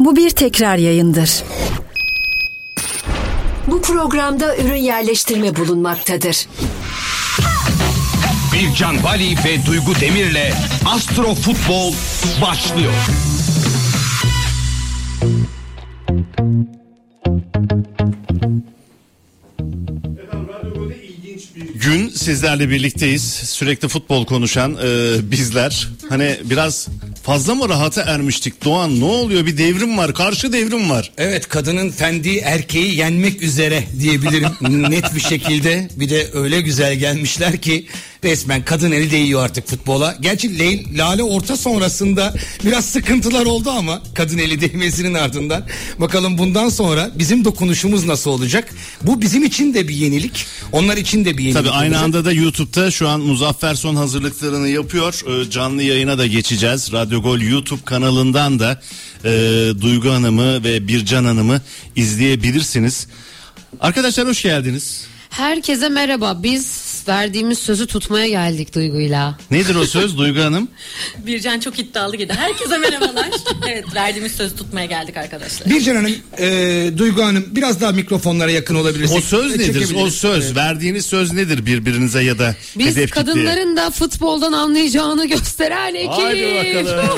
Bu bir tekrar yayındır. Bu programda ürün yerleştirme bulunmaktadır. Bircan Bali ve Duygu Demir'le Astro Futbol başlıyor. Gün sizlerle birlikteyiz. Sürekli futbol konuşan bizler. Hani biraz fazla mı rahata ermiştik Doğan? Ne oluyor? Bir devrim var. Karşı devrim var. Evet, kadının fendi erkeği yenmek üzere diyebilirim. Net bir şekilde. Bir de öyle güzel gelmişler ki resmen kadın eli değiyor artık futbola. Gerçi Lale orta sonrasında biraz sıkıntılar oldu ama kadın eli değmesinin ardından. Bakalım bundan sonra bizim dokunuşumuz nasıl olacak? Bu bizim için de bir yenilik. Onlar için de bir yenilik. Tabii aynı anda da YouTube'da şu an Muzaffer son hazırlıklarını yapıyor. Canlı yayına da geçeceğiz. Radyo Gol YouTube kanalından da Duygu Hanım'ı ve Bircan Hanım'ı izleyebilirsiniz. Arkadaşlar hoş geldiniz. Herkese merhaba. Biz verdiğimiz sözü tutmaya geldik Duygu'yla. Nedir o söz Duygu Hanım? Bircan çok iddialı gidiyor. Herkese merhabalar. Evet, verdiğimiz sözü tutmaya geldik arkadaşlar. Bircan Hanım, Duygu Hanım biraz daha mikrofonlara yakın olabilirsek. O söz nedir? O söz, evet. Verdiğiniz söz nedir birbirinize ya da biz hedef kadınların kitleye? Da futboldan anlayacağını gösteren ekip. Hadi bakalım.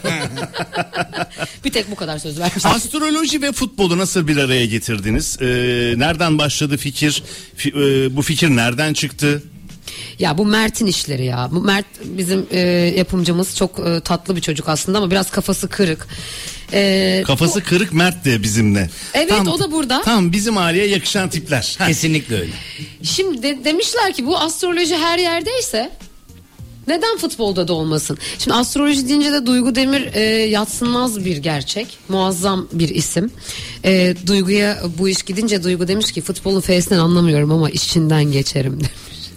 Bir tek bu kadar söz vermiştik. Astroloji ve futbolu nasıl bir araya getirdiniz? Nereden başladı fikir? Bu fikir nereden çıktı? Ya bu Mert'in işleri ya. Bu Mert bizim yapımcımız, çok tatlı bir çocuk aslında ama biraz kafası kırık. Kafası kırık Mert de bizimle. Evet, tam, o da burada. Tam bizim aileye yakışan tipler. Kesinlikle öyle. Şimdi demişler ki bu astroloji her yerdeyse neden futbolda da olmasın? Şimdi astroloji deyince de Duygu Demir yadsınmaz bir gerçek. Muazzam bir isim. Duygu'ya bu iş gidince Duygu demiş ki futbolun F'sinden anlamıyorum ama içinden geçerim demiş.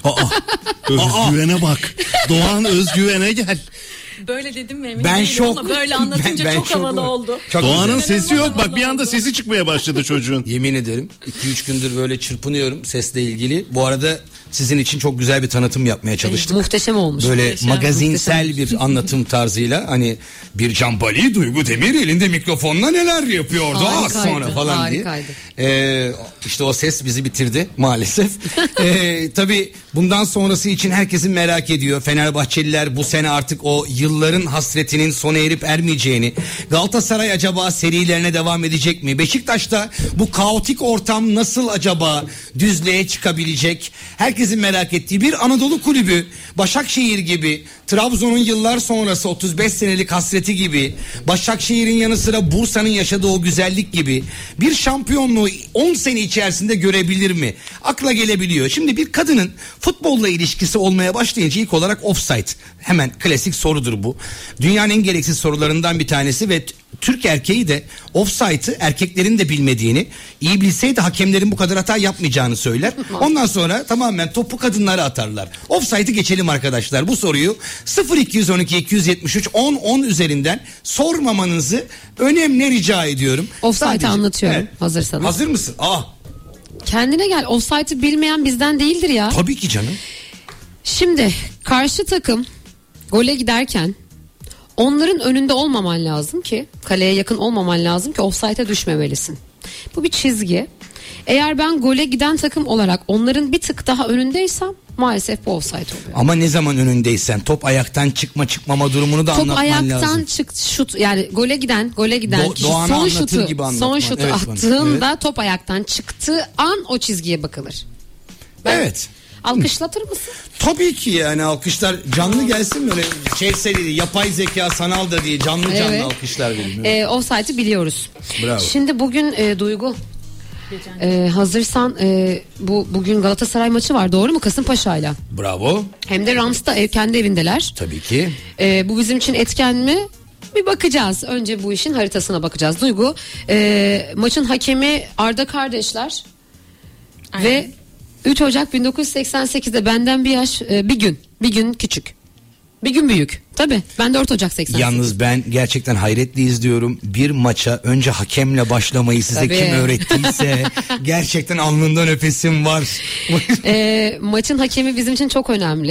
Özgüvene bak. Doğan özgüvene gel. Böyle dedim mi emin ben değilim şok. ama böyle anlatınca ben çok havalı oldu. Çok Doğan'ın güzel. sesi yok. Bak bir anda sesi çıkmaya başladı çocuğun. Yemin ederim 2-3 gündür böyle çırpınıyorum sesle ilgili. Bu arada sizin için çok güzel bir tanıtım yapmaya çalıştık. Muhteşem olmuş. Böyle muhteşem. magazinsel bir anlatım tarzıyla, hani Bircan Bali, Duygu Demir elinde mikrofonla neler yapıyordu az sonra falan harikaydı. diye. İşte o ses bizi bitirdi maalesef. Tabii bundan sonrası için herkesin merak ediyor. Fenerbahçeliler bu sene artık o yılların hasretinin sona erip ermeyeceğini. Galatasaray acaba serilerine devam edecek mi? Beşiktaş'ta bu kaotik ortam nasıl acaba düzlüğe çıkabilecek? Herkesin merak ettiği bir Anadolu kulübü, Başakşehir gibi, Trabzon'un yıllar sonrası 35 senelik hasreti gibi, Başakşehir'in yanı sıra Bursa'nın yaşadığı o güzellik gibi bir şampiyonluğu 10 sene içerisinde görebilir mi? Akla gelebiliyor. Şimdi bir kadının futbolla ilişkisi olmaya başlayınca ilk olarak offside. Hemen klasik sorudur bu. Dünyanın en gereksiz sorularından bir tanesi ve Türk erkeği de offside'ı erkeklerin de bilmediğini, iyi bilseydi hakemlerin bu kadar hata yapmayacağını söyler. Ondan sonra tamamen topu kadınlara atarlar. Offside'ı geçelim arkadaşlar. Bu soruyu 0212 273 10 10 üzerinden sormamanızı önemli rica ediyorum. Offside'ı anlatıyorum, evet. Hazırsanız. Hazır mısın? Kendine gel. Offside'ı bilmeyen bizden değildir ya. Tabii ki canım. Şimdi karşı takım gole giderken onların önünde olmaman lazım ki, kaleye yakın olmaman lazım ki offside'e düşmemelisin. Bu bir çizgi. Eğer ben gole giden takım olarak onların bir tık daha önündeysem maalesef bu offside oluyor. Ama ne zaman önündeysen top ayaktan çıkmama durumunu da anlatman lazım. Top ayaktan şut, yani gole giden kişi son şutu evet, attığında evet. Top ayaktan çıktığı an o çizgiye bakılır. Evet. Alkışlatır mısın? Tabii ki yani alkışlar canlı gelsin, böyle seri, yapay zeka, sanal da diye canlı evet. Alkışlar verin. Offside'ı biliyoruz. Bravo. Şimdi bugün Duygu hazırsan bugün Galatasaray maçı var, doğru mu? Kasımpaşa'yla. Bravo. Hem de Rams'ta kendi evindeler. Tabii ki. Bu bizim için etken mi? Bir bakacağız. Önce bu işin haritasına bakacağız. Duygu, maçın hakemi Arda kardeşler. Aynen. Ve 3 Ocak 1988'de benden bir gün küçük. Bir gün büyük. Tabii. Ben 4 Ocak 88. Yalnız ben gerçekten hayretle izliyorum. Bir maça önce hakemle başlamayı size tabii. Kim öğrettiyse gerçekten alnından öpesim var. Maçın hakemi bizim için çok önemli.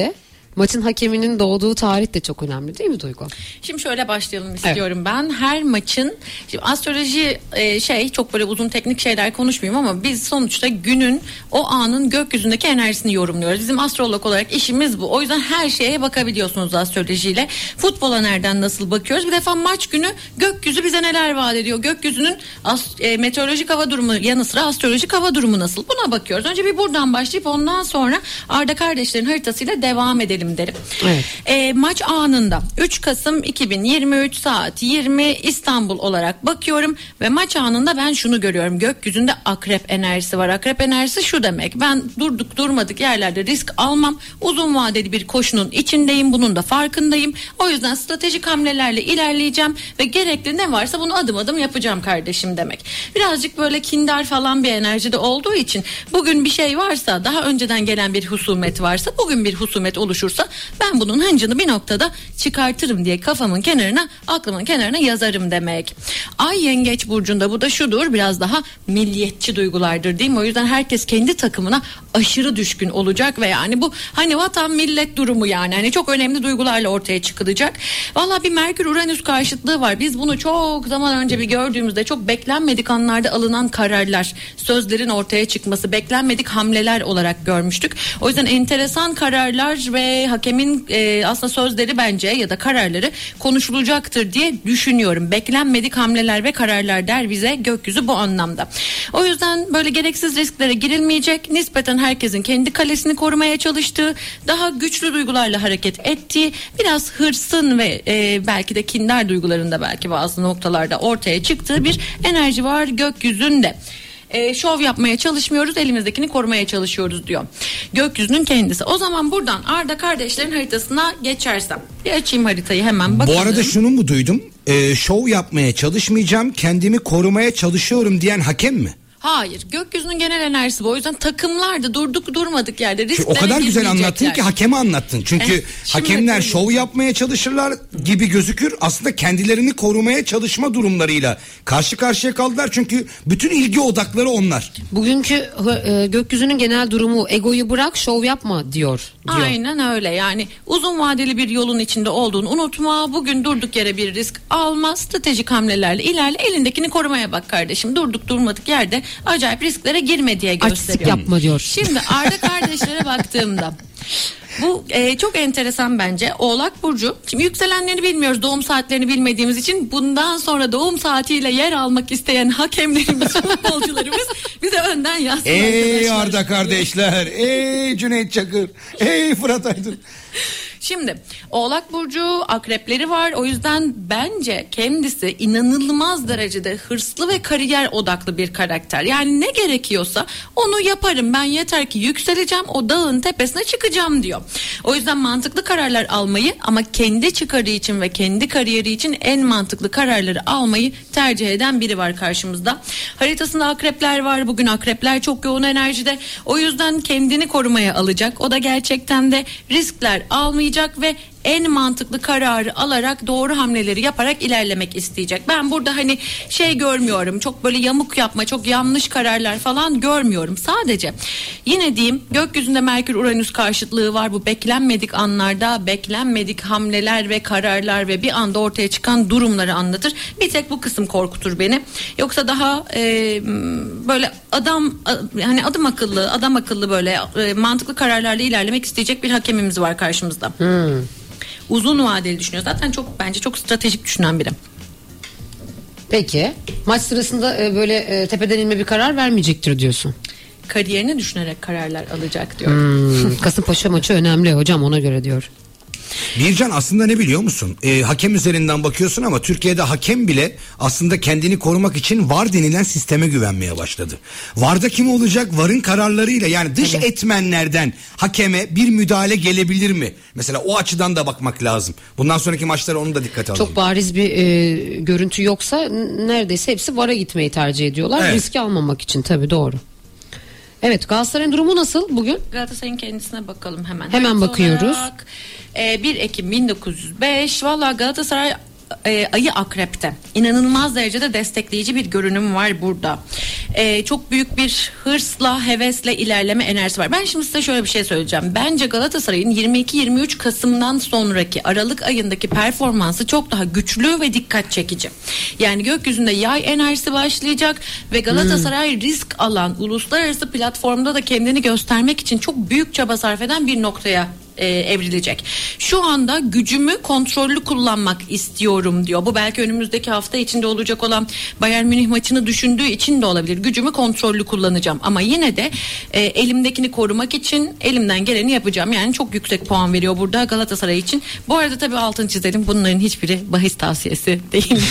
Maçın hakeminin doğduğu tarih de çok önemli değil mi Duygu? Şimdi şöyle başlayalım istiyorum ben. Her maçın, şimdi astroloji çok böyle uzun teknik şeyler konuşmayayım ama biz sonuçta günün, o anın gökyüzündeki enerjisini yorumluyoruz. Bizim astrolog olarak işimiz bu. O yüzden her şeye bakabiliyorsunuz astrolojiyle. Futbola nereden nasıl bakıyoruz? Bir defa maç günü gökyüzü bize neler vaat ediyor? Gökyüzünün meteorolojik hava durumu yanı sıra astrolojik hava durumu nasıl? Buna bakıyoruz. Önce bir buradan başlayıp ondan sonra Arda kardeşlerin haritasıyla devam edelim derim. Evet. Maç anında 3 Kasım 2023 saat 20 İstanbul olarak bakıyorum ve maç anında ben şunu görüyorum. Gökyüzünde akrep enerjisi var. Akrep enerjisi şu demek: ben durmadık yerlerde risk almam. Uzun vadeli bir koşunun içindeyim. Bunun da farkındayım. O yüzden stratejik hamlelerle ilerleyeceğim ve gerekli ne varsa bunu adım adım yapacağım kardeşim demek. Birazcık böyle kindar falan bir enerjide olduğu için bugün bir şey varsa, daha önceden gelen bir husumet varsa, bugün bir husumet oluşursa ben bunun hıncını bir noktada çıkartırım diye kafamın kenarına, aklımın kenarına yazarım demek. Ay Yengeç burcunda, bu da şudur: biraz daha milliyetçi duygulardır değil mi? O yüzden herkes kendi takımına aşırı düşkün olacak ve yani bu hani vatan millet durumu, yani hani çok önemli duygularla ortaya çıkılacak. Vallahi bir Merkür Uranüs karşıtlığı var. Biz bunu çok zaman önce bir gördüğümüzde çok beklenmedik anlarda alınan kararlar, sözlerin ortaya çıkması, beklenmedik hamleler olarak görmüştük. O yüzden enteresan kararlar ve hakemin aslında sözleri bence ya da kararları konuşulacaktır diye düşünüyorum. Beklenmedik hamleler ve kararlar der bize gökyüzü bu anlamda. O yüzden böyle gereksiz risklere girilmeyecek. Nispeten herkesin kendi kalesini korumaya çalıştığı, daha güçlü duygularla hareket ettiği, biraz hırsın ve belki de kindar duygularında belki bazı noktalarda ortaya çıktığı bir enerji var gökyüzünde. Şov yapmaya çalışmıyoruz, elimizdekini korumaya çalışıyoruz diyor gökyüzünün kendisi. O zaman buradan Arda kardeşlerin haritasına geçersem, bir açayım haritayı hemen bakalım. Bu arada şunu mu duydum? Şov yapmaya çalışmayacağım, kendimi korumaya çalışıyorum diyen hakem mi? Hayır, gökyüzünün genel enerjisi bu. O yüzden takımlar da durmadık yerde risklere o kadar güzel anlattın girmeyecekler. ki hakeme anlattın. Çünkü hakemler şov söyleyeyim. yapmaya çalışırlar gibi gözükür. Aslında kendilerini korumaya çalışma durumlarıyla karşı karşıya kaldılar. Çünkü bütün ilgi odakları onlar. Bugünkü gökyüzünün genel durumu egoyu bırak, şov yapma diyor. Aynen öyle, yani uzun vadeli bir yolun içinde olduğunu unutma. Bugün durduk yere bir risk alma, stratejik hamlelerle ilerle, elindekini korumaya bak kardeşim. Durmadık yerde acayip risklere girme diye gösteriyor. Açlık yapma diyor. Şimdi Arda kardeşlere baktığımda bu çok enteresan bence. Oğlak burcu. Şimdi yükselenlerini bilmiyoruz, doğum saatlerini bilmediğimiz için bundan sonra doğum saatiyle yer almak isteyen hakemlerimiz, futbolcularımız bize önden yazsın. Ey Arda kardeşler, ey Cüneyt Çakır, ey Fırat Aydın. Şimdi Oğlak burcu akrepleri var. O yüzden bence kendisi inanılmaz derecede hırslı ve kariyer odaklı bir karakter. Yani ne gerekiyorsa onu yaparım ben, yeter ki yükseleceğim, o dağın tepesine çıkacağım diyor. O yüzden mantıklı kararlar almayı, ama kendi çıkarı için ve kendi kariyeri için en mantıklı kararları almayı tercih eden biri var karşımızda. Haritasında akrepler var. Bugün akrepler çok yoğun enerjide. O yüzden kendini korumaya alacak. O da gerçekten de riskler almayacak ve en mantıklı kararı alarak doğru hamleleri yaparak ilerlemek isteyecek. Ben burada hani görmüyorum, çok böyle yamuk yapma, çok yanlış kararlar falan görmüyorum. Sadece yine diyeyim, gökyüzünde Merkür Uranüs karşıtlığı var. Bu beklenmedik anlarda beklenmedik hamleler ve kararlar ve bir anda ortaya çıkan durumları anlatır. Bir tek bu kısım korkutur beni. Yoksa daha böyle hani adam akıllı böyle mantıklı kararlarla ilerlemek isteyecek bir hakemimiz var karşımızda. Uzun vadeli düşünüyor. Zaten bence çok stratejik düşünen biri. Peki maç sırasında böyle tepeden inme bir karar vermeyecektir diyorsun. Kariyerini düşünerek kararlar alacak diyor. Kasımpaşa maçı önemli hocam, ona göre diyor. Bircan, aslında ne biliyor musun? Hakem üzerinden bakıyorsun ama Türkiye'de hakem bile aslında kendini korumak için VAR denilen sisteme güvenmeye başladı. VAR'da kim olacak? VAR'ın kararlarıyla, yani dış etmenlerden hakeme bir müdahale gelebilir mi? Mesela o açıdan da bakmak lazım. Bundan sonraki maçlara onu da dikkate alalım. Çok bariz bir görüntü yoksa neredeyse hepsi VAR'a gitmeyi tercih ediyorlar. Evet. Riski almamak için, tabii doğru. Evet, Galatasaray'ın durumu nasıl bugün? Galatasaray'ın kendisine bakalım hemen. Hemen bakıyoruz. 1 Ekim 1905. Valla Galatasaray ayı akrepte. İnanılmaz derecede destekleyici bir görünüm var burada. Çok büyük bir hırsla, hevesle ilerleme enerjisi var. Ben şimdi size şöyle bir şey söyleyeceğim. Bence Galatasaray'ın 22-23 Kasım'dan sonraki Aralık ayındaki performansı çok daha güçlü ve dikkat çekici. Yani gökyüzünde yay enerjisi başlayacak ve Galatasaray risk alan, uluslararası platformda da kendini göstermek için çok büyük çaba sarf eden bir noktaya evrilecek. Şu anda gücümü kontrollü kullanmak istiyorum diyor. Bu belki önümüzdeki hafta içinde olacak olan Bayern Münih maçını düşündüğü için de olabilir. Gücümü kontrollü kullanacağım ama yine de elimdekini korumak için elimden geleni yapacağım. Yani çok yüksek puan veriyor burada Galatasaray için. Bu arada tabii altını çizelim. Bunların hiçbiri bahis tavsiyesi değil.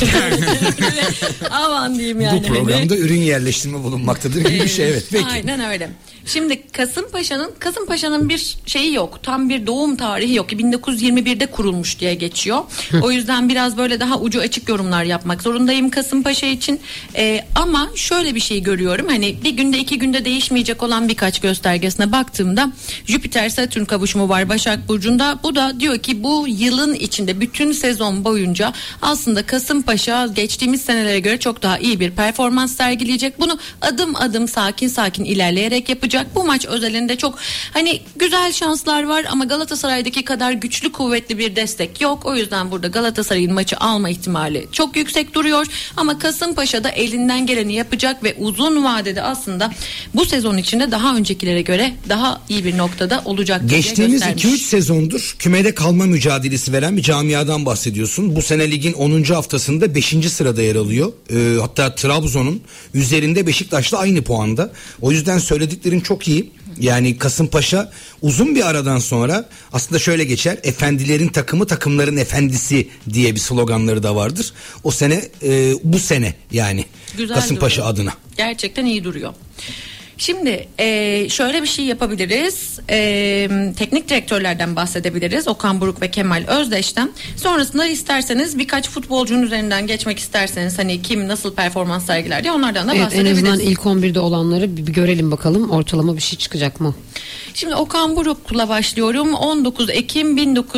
Aman diyeyim yani. Bu programda ürün yerleştirme bulunmaktadır gibi bir şey, evet. Peki. Aynen öyle. Şimdi Kasımpaşa'nın bir şeyi yok. Tam bir doğum tarihi yok. 1921'de kurulmuş diye geçiyor. O yüzden biraz böyle daha ucu açık yorumlar yapmak zorundayım Kasımpaşa için. Ama şöyle bir şey görüyorum. Hani bir günde 2 günde değişmeyecek olan birkaç göstergesine baktığımda Jüpiter Satürn kavuşumu var Başak Burcu'nda. Bu da diyor ki bu yılın içinde bütün sezon boyunca aslında Kasımpaşa geçtiğimiz senelere göre çok daha iyi bir performans sergileyecek. Bunu adım adım sakin ilerleyerek yapacak. Bu maç özelinde çok hani güzel şanslar var ama Galatasaray'daki kadar güçlü kuvvetli bir destek yok. O yüzden burada Galatasaray'ın maçı alma ihtimali çok yüksek duruyor. Ama Kasımpaşa da elinden geleni yapacak ve uzun vadede aslında bu sezon içinde daha öncekilere göre daha iyi bir noktada olacak. Geçtiğimiz 2-3 sezondur kümede kalma mücadelesi veren bir camiadan bahsediyorsun. Bu sene ligin 10. haftasında 5. sırada yer alıyor. Hatta Trabzon'un üzerinde Beşiktaş'la aynı puanda. O yüzden söylediklerin çok iyi. Yani Kasımpaşa uzun bir aradan sonra aslında şöyle geçer: efendilerin takımı takımların efendisi diye bir sloganları da vardır. O sene bu sene yani güzel Kasımpaşa duruyor. Adına. Gerçekten iyi duruyor. Şimdi şöyle bir şey yapabiliriz. Teknik direktörlerden bahsedebiliriz. Okan Buruk ve Kemal Özdeş'ten. Sonrasında isterseniz birkaç futbolcunun üzerinden geçmek isterseniz hani kim nasıl performans sergiler diye onlardan da bahsedebiliriz. En azından ilk 11'de olanları bir görelim bakalım. Ortalama bir şey çıkacak mı? Şimdi Okan Buruk'la başlıyorum. 19 Ekim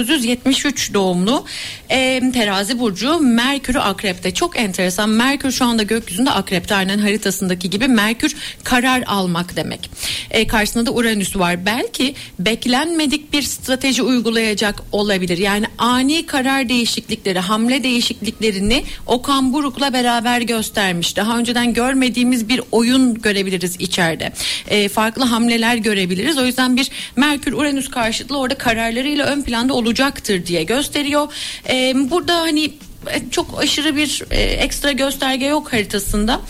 1973 doğumlu. Terazi burcu, Merkür Akrep'te. Çok enteresan. Merkür şu anda gökyüzünde Akrep'te, aynen haritasındaki gibi. Merkür karar almak demek. Karşısında da Uranüs var. Belki beklenmedik bir strateji uygulayacak olabilir. Yani ani karar değişiklikleri, hamle değişikliklerini Okan Buruk'la beraber göstermiş. Daha önceden görmediğimiz bir oyun görebiliriz içeride. Farklı hamleler görebiliriz. O yüzden bir Merkür-Uranüs karşıtlığı orada kararlarıyla ön planda olacaktır diye gösteriyor. Burada hani çok aşırı bir ekstra gösterge yok haritasında.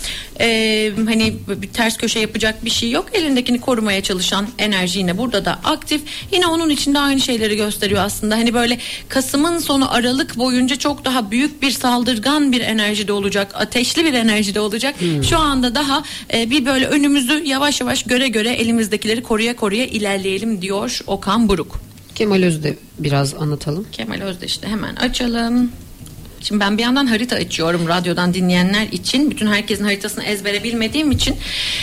Hani bir ters köşe yapacak bir şey yok. Elindekini korumaya çalışan enerji yine burada da aktif. Yine onun içinde aynı şeyleri gösteriyor aslında. Hani böyle Kasım'ın sonu Aralık boyunca çok daha büyük bir saldırgan bir enerjide olacak. Ateşli bir enerjide olacak. Şu anda daha bir böyle önümüzü yavaş yavaş göre elimizdekileri koruya ilerleyelim diyor Okan Buruk. Kemal Özde biraz anlatalım. Kemal Özde işte hemen açalım. Şimdi ben bir yandan harita açıyorum radyodan dinleyenler için. Bütün herkesin haritasını ezbere bilmediğim için.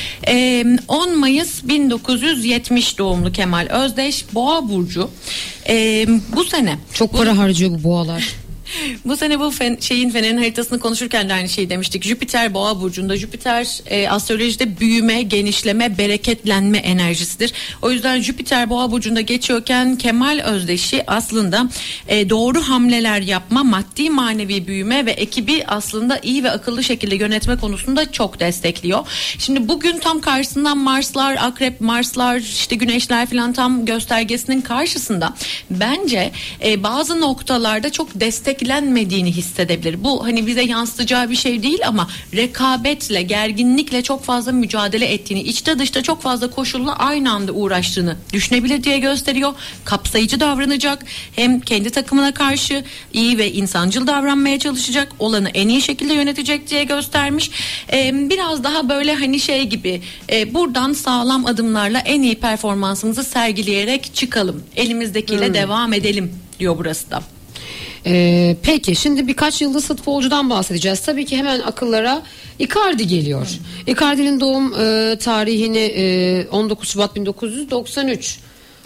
10 Mayıs 1970 doğumlu Kemal Özdeş, Boğa burcu. Bu sene çok para harcıyor bu boğalar. Bu sene bu fenerin haritasını konuşurken de aynı şeyi demiştik. Jüpiter Boğa burcunda. Jüpiter astrolojide büyüme, genişleme, bereketlenme enerjisidir. O yüzden Jüpiter Boğa burcunda geçiyorken Kemal Özdeş'i aslında doğru hamleler yapma, maddi manevi büyüme ve ekibi aslında iyi ve akıllı şekilde yönetme konusunda çok destekliyor. Şimdi bugün tam karşısından Marslar, Akrep Marslar, işte Güneşler falan tam göstergesinin karşısında bence bazı noktalarda çok desteklenmediğini hissedebilir. Bu hani bize yansıtacağı bir şey değil ama rekabetle, gerginlikle çok fazla mücadele ettiğini, içte dışta çok fazla koşulla aynı anda uğraştığını düşünebilir diye gösteriyor. Kapsayıcı davranacak. Hem kendi takımına karşı iyi ve insancıl davranmaya çalışacak. Olanı en iyi şekilde yönetecek diye göstermiş. Biraz daha böyle hani şey gibi buradan sağlam adımlarla en iyi performansımızı sergileyerek çıkalım. Elimizdekiyle devam edelim diyor burası da. Peki şimdi birkaç yıldız futbolcudan bahsedeceğiz. Tabii ki hemen akıllara Icardi geliyor. Icardi'nin doğum tarihini 19 Şubat 1993.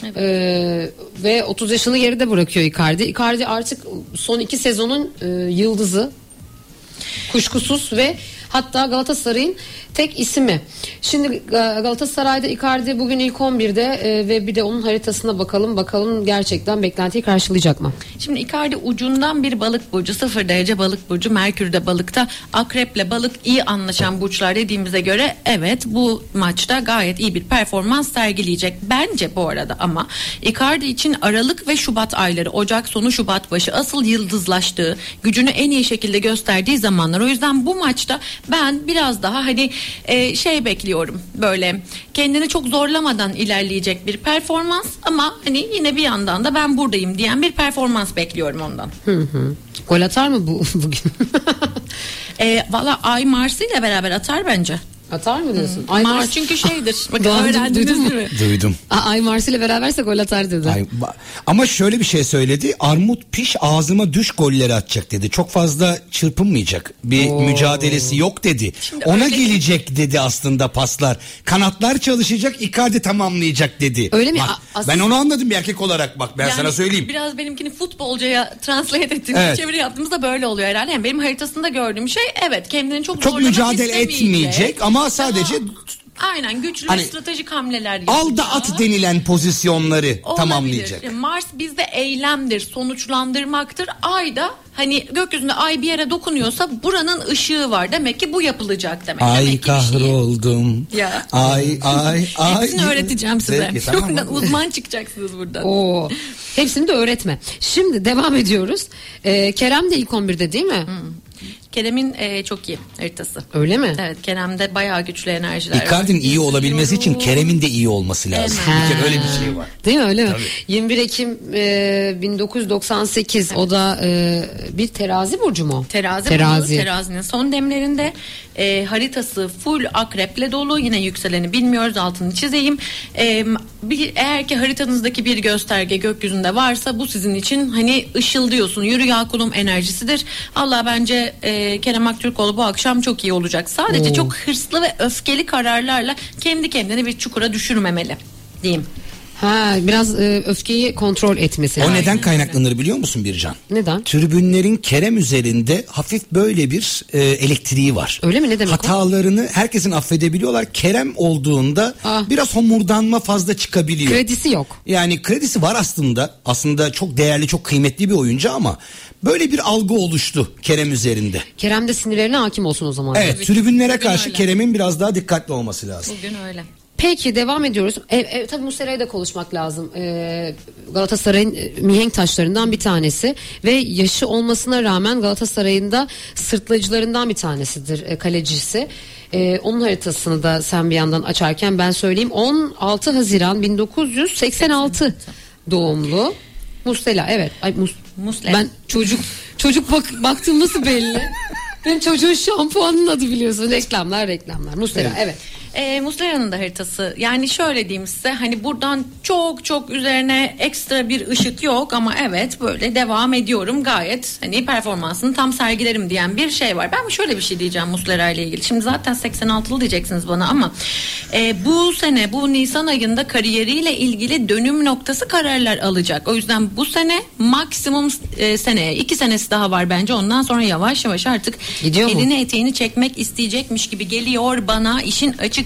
Ve 30 yaşını geride bırakıyor Icardi. Icardi artık son 2 sezonun yıldızı. Kuşkusuz ve hatta Galatasaray'ın tek ismi. Şimdi Galatasaray'da Icardi bugün ilk 11'de ve bir de onun haritasına bakalım. Bakalım gerçekten beklentiyi karşılayacak mı? Şimdi Icardi ucundan bir balık burcu, 0 derece balık burcu, Merkür de balıkta, akreple balık iyi anlaşan burçlar dediğimize göre evet bu maçta gayet iyi bir performans sergileyecek. Bence bu arada ama Icardi için Aralık ve Şubat ayları, Ocak sonu Şubat başı asıl yıldızlaştığı, gücünü en iyi şekilde gösterdiği zamanlar. O yüzden bu maçta ben biraz daha hani bekliyorum, böyle kendini çok zorlamadan ilerleyecek bir performans ama hani yine bir yandan da ben buradayım diyen bir performans bekliyorum ondan. Gol atar mı bugün? Valla Ay Mars ile beraber atar bence. Atar mı diyorsun? Mars çünkü şeydir. Bakın Doğancığım, öğrendiniz duydun mu? mi? Duydum. Ay Mars ile beraberse gol atar dedi. Ama şöyle bir şey söyledi. Armut piş ağzıma düş golleri atacak dedi. Çok fazla çırpınmayacak. Bir mücadelesi yok dedi. Şimdi Ona öyle gelecek dedi aslında paslar. Kanatlar çalışacak, Icardi tamamlayacak dedi. Öyle mi? Bak, ben onu anladım bir erkek olarak, bak ben sana söyleyeyim. Biraz benimkini futbolcuya translate ettiğim Evet. çeviri yaptığımızda böyle oluyor herhalde. Yani benim haritasında gördüğüm şey evet kendini çok zorlamak mücadele etmeyecek ama sadece aynen güçlü hani stratejik hamleler yapacak. al da at denilen pozisyonları Olabilir. tamamlayacak. Mars bizde eylemdir, sonuçlandırmaktır. Ay da hani gökyüzünde ay bir yere dokunuyorsa buranın ışığı var. Demek ki bu yapılacak demek. Ay demek ki kahroldum. Ya. Ay. Hepsini öğreteceğim size. Zevkli, tamam. Buradan uzman çıkacaksınız buradan. Oo. Hepsini de öğretme. Şimdi devam ediyoruz. Kerem de ilk 11'de değil mi? Kerem'in çok iyi haritası. Öyle mi? Evet, Kerem'de bayağı güçlü enerjiler var. Icardi'nin iyi olabilmesi için Kerem'in de iyi olması lazım. Evet. Bir kere öyle bir şey var. Değil mi, öyle mi? 21 Ekim 1998 o da bir terazi burcu mu? Terazinin son demlerinde haritası full akreple dolu. Yine yükseleni bilmiyoruz, altını çizeyim. Eğer ki haritanızdaki bir gösterge gökyüzünde varsa bu sizin için hani ışıldıyorsun. Yürü ya kulum enerjisidir. Allah bence Kerem Aktürkoğlu bu akşam çok iyi olacak. Sadece çok hırslı ve öfkeli kararlarla kendi kendini bir çukura düşürmemeli diyeyim. Biraz öfkeyi kontrol etmesi. O neden kaynaklanır biliyor musun Bircan? Neden? Tribünlerin Kerem üzerinde hafif böyle bir elektriği var. Öyle mi? Ne demek Hatalarını herkesin affedebiliyorlar. Kerem olduğunda biraz homurdanma fazla çıkabiliyor. Kredisi yok. Yani kredisi var aslında. Aslında çok değerli, çok kıymetli bir oyuncu ama böyle bir algı oluştu Kerem üzerinde. Kerem de sinirlerine hakim olsun o zaman. Evet, tribünlere karşı öyle. Kerem'in biraz daha dikkatli olması lazım. Bugün öyle. Peki devam ediyoruz. Tabii Muslera'yı da konuşmak lazım. Galatasaray'ın mihenk taşlarından bir tanesi ve yaşı olmasına rağmen Galatasaray'ın da sırtlayıcılarından bir tanesidir kalecisi. Onun haritasını da sen bir yandan açarken ben söyleyeyim. 16 Haziran 1986 doğumlu Muslera. Evet. Muslera. Ben çocuk baktığım nasıl belli? Benim çocuğun şampuanının adı biliyorsun. Reklamlar. Muslera evet. Muslera'nın da haritası, yani şöyle diyeyim size, hani buradan çok üzerine ekstra bir ışık yok ama evet böyle devam ediyorum, gayet hani performansını tam sergilerim diyen bir şey var. Ben şöyle bir şey diyeceğim Muslera ile ilgili. Şimdi zaten 86'lı diyeceksiniz bana ama bu sene, bu Nisan ayında kariyeriyle ilgili dönüm noktası kararlar alacak. O yüzden bu sene maksimum seneye 2 senesi daha var bence. Ondan sonra yavaş yavaş artık elini eteğini çekmek isteyecekmiş gibi geliyor bana işin açıkçası.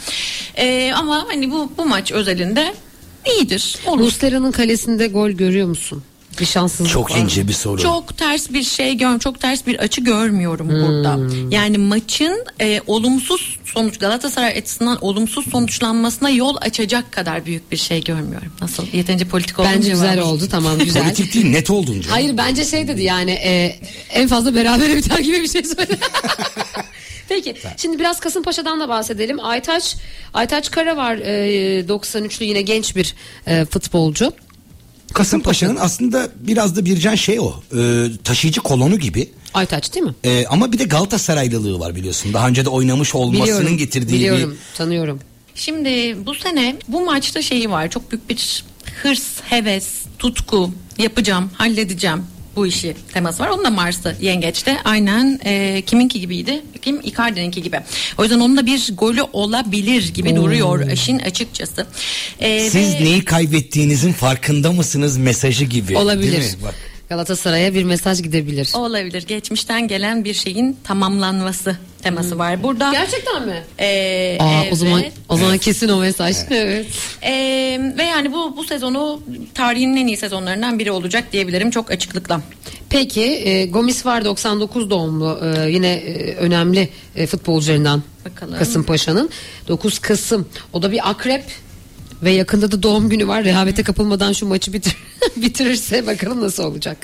Ama hani bu maç özelinde iyidir. Muslera'nın kalesinde gol görüyor musun? Bir şanssızlık çok var mı? ince bir soru. Çok ters bir şey çok ters bir açı görmüyorum burada. Yani maçın olumsuz sonuç, Galatasaray açısından olumsuz sonuçlanmasına yol açacak kadar büyük bir şey görmüyorum. Nasıl? Yeterince politik oldu. Bence güzel oldu, tamam güzel. Politik değil, net oldun. Hayır, bence şey dedi yani en fazla berabere biter gibi bir şey söyledi. Peki şimdi biraz Kasımpaşa'dan da bahsedelim. Aytaç Kara var, 93'lü yine genç bir futbolcu. Kasımpaşa'nın aslında biraz da Bircan taşıyıcı kolonu gibi. Aytaç değil mi? Ama bir de Galatasaraylılığı var biliyorsun. Daha önce de oynamış olmasının getirdiği biliyorum, tanıyorum. Şimdi bu sene bu maçta şeyi var. Çok büyük bir hırs, heves, tutku, yapacağım, halledeceğim. bu işi teması var. Onun da Mars'ı yengeçte. Aynen kiminki gibiydi? Kim? Icardi'ninki gibi. O yüzden onun da bir golü olabilir gibi duruyor işin açıkçası. Siz neyi kaybettiğinizin farkında mısınız mesajı gibi. Olabilir. Değil mi? Bak. Galatasaray'a bir mesaj gidebilir. Olabilir. Geçmişten gelen bir şeyin tamamlanması teması var burada. Gerçekten mi? Evet. O zaman kesin o mesaj. Evet. Ve yani bu sezonu tarihin en iyi sezonlarından biri olacak diyebilirim çok açıklıkla. Peki Gomis var 99 doğumlu yine önemli futbolcularından. Bakalım. Kasımpaşa'nın 9 Kasım. O da bir akrep. Ve yakında da doğum günü var. Rehavete kapılmadan şu maçı bitirirse bakalım nasıl olacak.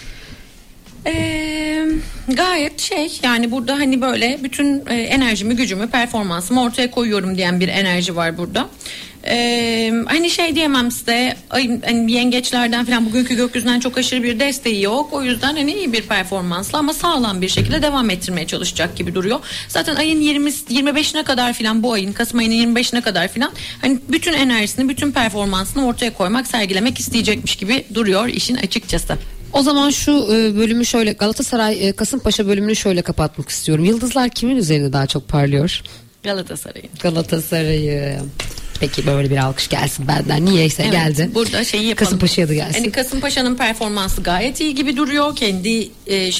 Gayet yani burada hani böyle bütün enerjimi, gücümü, performansımı ortaya koyuyorum diyen bir enerji var burada. Hani diyemem size hani yengeçlerden falan bugünkü gökyüzünden çok aşırı bir desteği yok. O yüzden hani iyi bir performansla ama sağlam bir şekilde devam ettirmeye çalışacak gibi duruyor. Zaten ayın 25'ine kadar falan, bu ayın Kasım ayının 25'ine kadar falan hani bütün enerjisini, bütün performansını ortaya koymak, sergilemek isteyecekmiş gibi duruyor işin açıkçası. O zaman şu bölümü şöyle, Galatasaray Kasımpaşa bölümünü şöyle kapatmak istiyorum. Yıldızlar kimin üzerinde daha çok parlıyor? Galatasaray'ı. Peki böyle bir alkış gelsin benden. Niyeyse evet, geldi. Burada yapalım. Kasımpaşa'ya da gelsin. Yani Kasımpaşa'nın performansı gayet iyi gibi duruyor. Kendi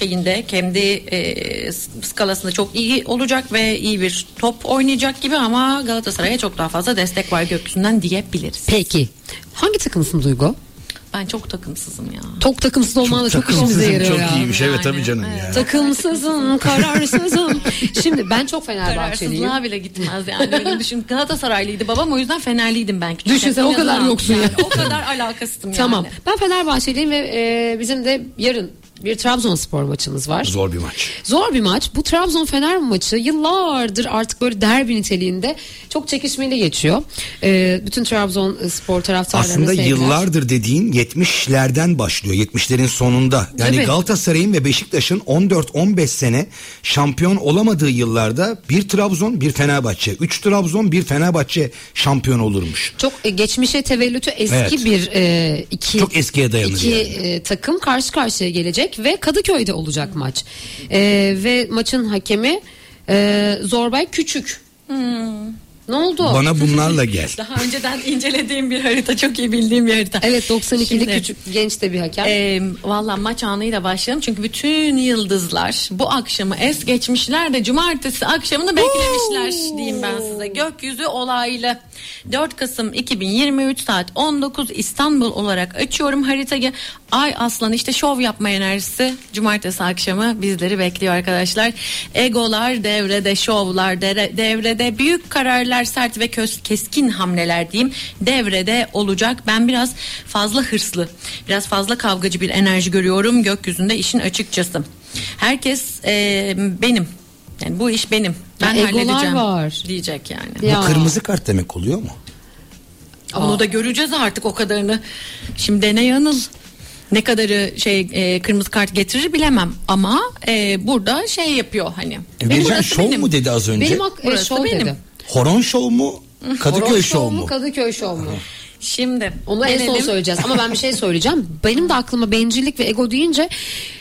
kendi skalasında çok iyi olacak ve iyi bir top oynayacak gibi ama Galatasaray'a çok daha fazla destek var gökyüzünden diyebiliriz. Peki. Hangi takımsın Duygu? Ben çok takımsızım ya. Çok takımsız olman da çok işimize yarıyor çok ya. Çok iyiymiş evet, yani, tabii canım evet. ya. Takımsızım, kararsızım. Şimdi ben çok Fenerbahçeliyim. Kararsızlığa bile gitmez yani. Öyle düşün. Galatasaraylıydı babam, o yüzden Fenerliydim ben. Düşünsene o kadar yoksun yani. O kadar alakasızdım yani. Tamam. Ben Fenerbahçeliyim ve bizim de yarın bir Trabzonspor maçımız var. Zor bir maç. Zor bir maç. Bu Trabzon-Fener maçı yıllardır artık böyle derbi niteliğinde çok çekişmeli geçiyor. Bütün Trabzonspor taraftarlarına aslında sevgiler. Yıllardır dediğin 70'lerden başlıyor. 70'lerin sonunda. Yani Tabii. Galatasaray'ın ve Beşiktaş'ın 14-15 sene şampiyon olamadığı yıllarda bir Trabzon, bir Fenerbahçe, 3 Trabzon, bir Fenerbahçe şampiyon olurmuş. Çok geçmişe tevellütü eski Evet. bir iki Çok eskiye dayanır iki yani. Takım karşı karşıya gelecek ve Kadıköy'de olacak maç. Ve maçın hakemi Zorbay Küçük. Ne oldu? Bana bunlarla gel. Daha önceden incelediğim bir harita, çok iyi bildiğim bir harita. Evet, 92'li Şimdi, küçük genç de bir hakem. Valla maç anıyla başlayalım çünkü bütün yıldızlar bu akşamı es geçmişler de cumartesi akşamını beklemişler diyeyim ben size. Gökyüzü olaylı. 4 Kasım 2023 saat 19 İstanbul olarak açıyorum haritayı. Ay aslan işte şov yapma enerjisi cumartesi akşamı bizleri bekliyor arkadaşlar. Egolar devrede, şovlar devrede, büyük kararlar, sert ve keskin hamleler diyeyim devrede olacak. Ben biraz fazla hırslı, biraz fazla kavgacı bir enerji görüyorum gökyüzünde işin açıkçası. Herkes benim. Yani bu iş benim. Ben halledeceğim var diyecek yani. Ya. Bu kırmızı kart demek oluyor mu? Onu da göreceğiz artık o kadarını. Şimdi ne yanıl, ne kadarı kırmızı kart getirir bilemem ama burada yapıyor hani. Bircan şov mu dedi az önce? Burası şov benim. dedi. Horon şov mu? Kadıköy Horon şov mu? Kadıköy şov mu? Şimdi Onu en son söyleyeceğiz ama ben bir şey söyleyeceğim. Benim de aklıma bencillik ve ego deyince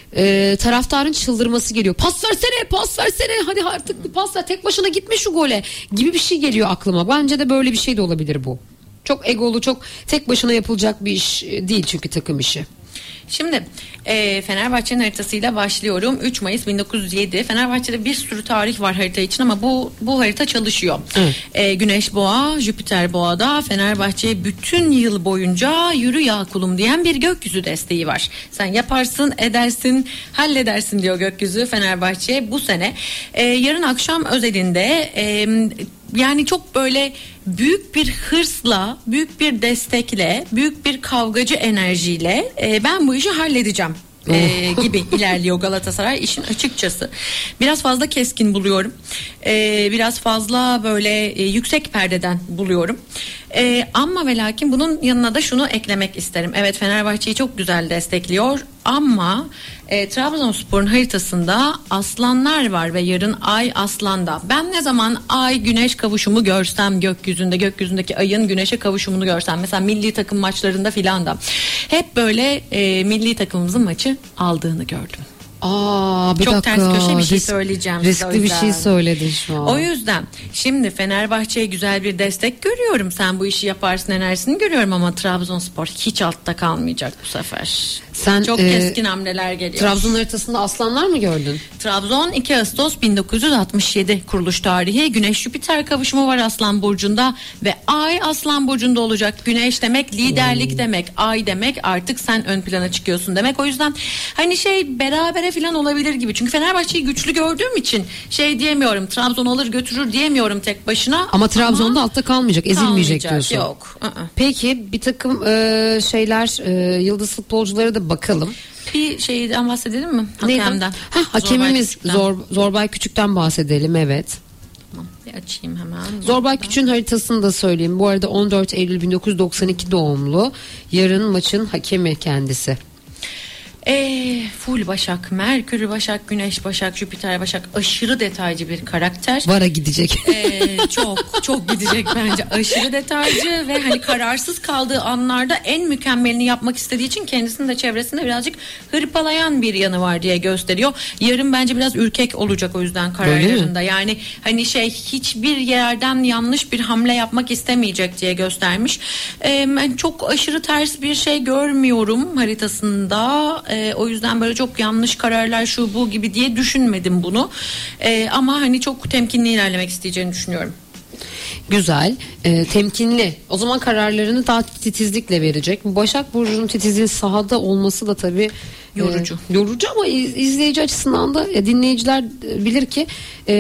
taraftarın çıldırması geliyor. Pas versene hadi artık pas ver, tek başına gitme şu gole gibi bir şey geliyor aklıma. Bence de böyle bir şey de olabilir bu. Çok egolu, çok tek başına yapılacak bir iş değil çünkü takım işi. Şimdi Fenerbahçe'nin haritasıyla başlıyorum. 3 Mayıs 1907. Fenerbahçe'de bir sürü tarih var harita için ama bu harita çalışıyor. Güneş Boğa, Jüpiter Boğa'da Fenerbahçe'ye bütün yıl boyunca yürü ya kulum diyen bir gökyüzü desteği var. Sen yaparsın, edersin, halledersin diyor gökyüzü Fenerbahçe bu sene. Yarın akşam özelinde yani çok böyle büyük bir hırsla, büyük bir destekle, büyük bir kavgacı enerjiyle ben bu işi halledeceğim gibi ilerliyor Galatasaray işin açıkçası. Biraz fazla keskin buluyorum. Biraz fazla böyle yüksek perdeden buluyorum. Ama ve lakin bunun yanına da şunu eklemek isterim. Evet, Fenerbahçe'yi çok güzel destekliyor ama Trabzonspor'un haritasında aslanlar var ve yarın ay aslanda. Ben ne zaman ay güneş kavuşumu görsem gökyüzündeki ayın güneşe kavuşumunu görsem, mesela milli takım maçlarında filan da hep böyle milli takımımızın maçı aldığını gördüm. Bir çok dakika. ters köşe bir şey söyleyeceğim size, o Riskli bir yüzden. şey söyledin şu an. O yüzden şimdi Fenerbahçe'ye güzel bir destek görüyorum. Sen bu işi yaparsın enerjisini görüyorum ama Trabzonspor hiç altta kalmayacak bu sefer. Sen, çok keskin hamleler geliyor. Trabzon haritasında aslanlar mı gördün? Trabzon 2 Ağustos 1967 kuruluş tarihi. Güneş Jüpiter kavuşumu var Aslan Burcu'nda ve Ay Aslan Burcu'nda olacak. Güneş demek liderlik demek, Ay demek artık sen ön plana çıkıyorsun demek. O yüzden hani berabere falan olabilir gibi. Çünkü Fenerbahçe'yi güçlü gördüğüm için diyemiyorum. Trabzon alır götürür diyemiyorum tek başına. Ama Trabzon'da altta kalmayacak, ezilmeyecek diyorsun. Yok. Peki bir takım yıldız futbolculara da bakalım. Bir şeyden bahsedelim mi? Hakemden. Hakemimiz Zorbay Küçük'ten bahsedelim, evet. Tamam, bir açayım hemen. Zorbay Küçük'ün haritasını da söyleyeyim. Bu arada 14 Eylül 1992 doğumlu. Yarın maçın hakemi kendisi. Full Başak, Merkür Başak, Güneş Başak, Jüpiter Başak, aşırı detaycı bir karakter. VAR'a gidecek. Çok gidecek bence. Aşırı detaycı ve hani kararsız kaldığı anlarda en mükemmelini yapmak istediği için kendisini de çevresinde birazcık hırpalayan bir yanı var diye gösteriyor. Yarın bence biraz ürkek olacak o yüzden kararlarında. Yani hani hiçbir yerden yanlış bir hamle yapmak istemeyecek diye göstermiş. Ben çok aşırı ters bir şey görmüyorum haritasında. O yüzden böyle çok yanlış kararlar şu bu gibi diye düşünmedim bunu. Ama hani çok temkinli ilerlemek isteyeceğini düşünüyorum. Güzel, temkinli. O zaman kararlarını daha titizlikle verecek. Başak Burcu'nun titizliğin sahada olması da tabii yorucu. Yorucu ama izleyici açısından da dinleyiciler bilir ki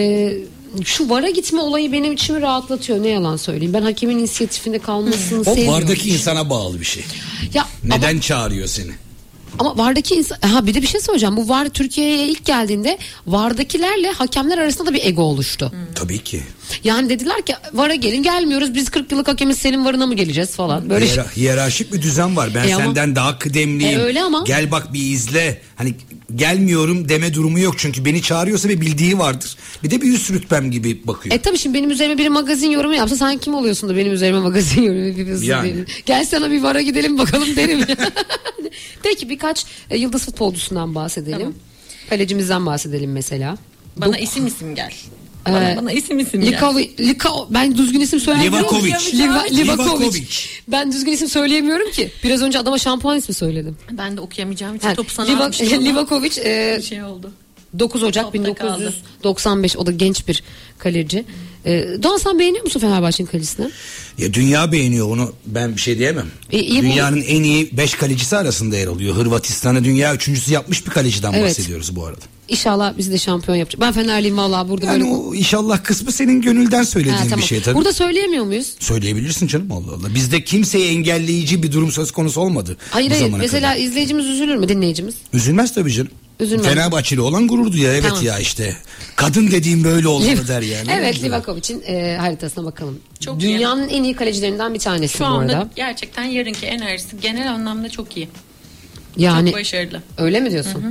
şu VAR'a gitme olayı benim içimi rahatlatıyor, ne yalan söyleyeyim. Ben hakemin inisiyatifinde kalmasını sevmiyorum. O VAR'daki insana bağlı bir şey. Neden çağırıyor seni? Ama VAR'daki insan... bir de bir şey söyleyeceğim. Bu VAR Türkiye'ye ilk geldiğinde VAR'dakilerle hakemler arasında da bir ego oluştu. Tabii ki. Yani dediler ki VAR'a gelin, gelmiyoruz. Biz 40 yıllık hakemiz, senin VAR'ına mı geleceğiz falan. Böyle hiyerarşik bir düzen var. Ben senden daha kıdemliyim. Öyle ama. Gel bak bir izle. Hani gelmiyorum deme durumu yok. Çünkü beni çağırıyorsa bir bildiği vardır. Bir de bir üst rütbem gibi bakıyor. Tabii şimdi benim üzerime biri magazin yorumu yapsa sen kim oluyorsun da benim üzerime magazin yorumu yapıyorsun? Yani. Gel sana bir VAR'a gidelim bakalım derim. Peki birkaç yıldız futbolcusundan bahsedelim. Tamam. Kalecimizden bahsedelim mesela. Bana isim gel. Bana isim gel. Ben düzgün isim söyleyemiyorum. Livakovic. Ben düzgün isim söyleyemiyorum ki. Biraz önce adama şampuan ismi söyledim. Ben de okuyamayacağım için topu sana almıştım. Livakovic bir şey oldu. 9 Ocak Topta 1995 kaldı. O da genç bir kaleci. Doğan, sen beğeniyor musun Fenerbahçe'nin kalecisini? Ya dünya beğeniyor onu, ben bir şey diyemem. Dünyanın en iyi 5 kalecisi arasında yer alıyor. Hırvatistan'ı dünya 3.'sü yapmış bir kaleciden bahsediyoruz bu arada. İnşallah bizi de şampiyon yapacak. Ben Fenerliyim vallahi burada yani böyle. O inşallah kısmı senin gönülden söylediğin tamam. bir şey tabii. Burada söyleyemiyor muyuz? Söyleyebilirsin canım, Allah Allah. Bizde kimseyi engelleyici bir durum söz konusu olmadı. Hayır. Mesela izleyicimiz üzülür mü, dinleyicimiz? Üzülmez tabii canım. Üzülmez. Fenerbahçeli olan gurur duyuyor. Evet tamam. Ya kadın dediğim böyle olmalı der yani. Evet, Livakovic'in haritasına bakalım. Çok dünyanın en iyi kalecilerinden bir tanesi şu bu arada. Şu anda gerçekten yarınki enerjisi genel anlamda çok iyi. Yani, çok başarılı. Öyle mi diyorsun?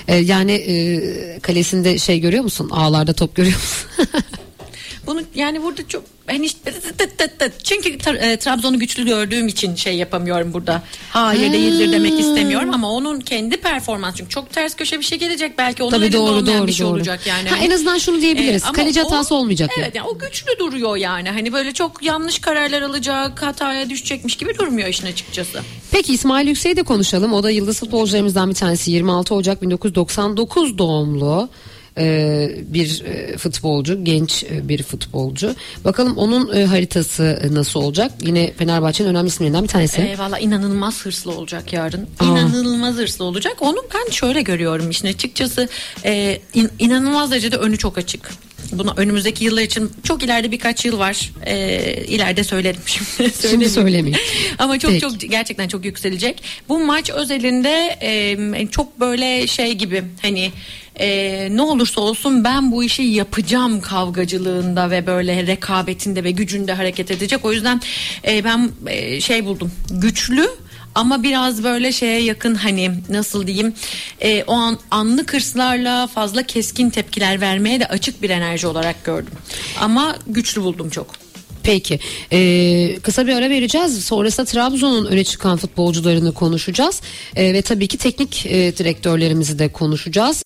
Kalesinde görüyor musun? Ağlarda top görüyor musun? Bunu yani burada çok çünkü Trabzon'u güçlü gördüğüm için yapamıyorum burada. Hayır değildir demek istemiyorum ama onun kendi performansı, çünkü çok ters köşe bir şey gelecek, belki onun elinde olmayan bir şey olacak yani. En azından şunu diyebiliriz. Kaleci hatası olmayacak. Evet yani o güçlü duruyor yani. Hani böyle çok yanlış kararlar alacak, hataya düşecekmiş gibi durmuyor işin açıkçası. Peki İsmail Yüksek'i de konuşalım. O da yıldız futbolcularımızdan bir tanesi. 26 Ocak 1999 doğumlu. Bir futbolcu, genç bir futbolcu. Bakalım onun haritası nasıl olacak? Yine Fenerbahçe'nin önemli isimlerinden bir tanesi. Valla inanılmaz hırslı olacak yarın. İnanılmaz hırslı olacak. Onu ben şöyle görüyorum işin açıkçası. İnanılmaz derecede önü çok açık. Bunu önümüzdeki yıllar için çok ileride birkaç yıl var. İleride söylerim şimdi. Şimdi söylemeyeyim. Ama çok gerçekten çok yükselecek. Bu maç özelinde çok böyle gibi hani ne olursa olsun ben bu işi yapacağım kavgacılığında ve böyle rekabetinde ve gücünde hareket edecek. O yüzden ben buldum, güçlü ama biraz böyle şeye yakın, hani nasıl diyeyim, o anlık hırslarla fazla keskin tepkiler vermeye de açık bir enerji olarak gördüm. Ama güçlü buldum çok. Peki kısa bir ara vereceğiz. Sonrasında Trabzon'un öne çıkan futbolcularını konuşacağız. Ve tabii ki teknik direktörlerimizi de konuşacağız.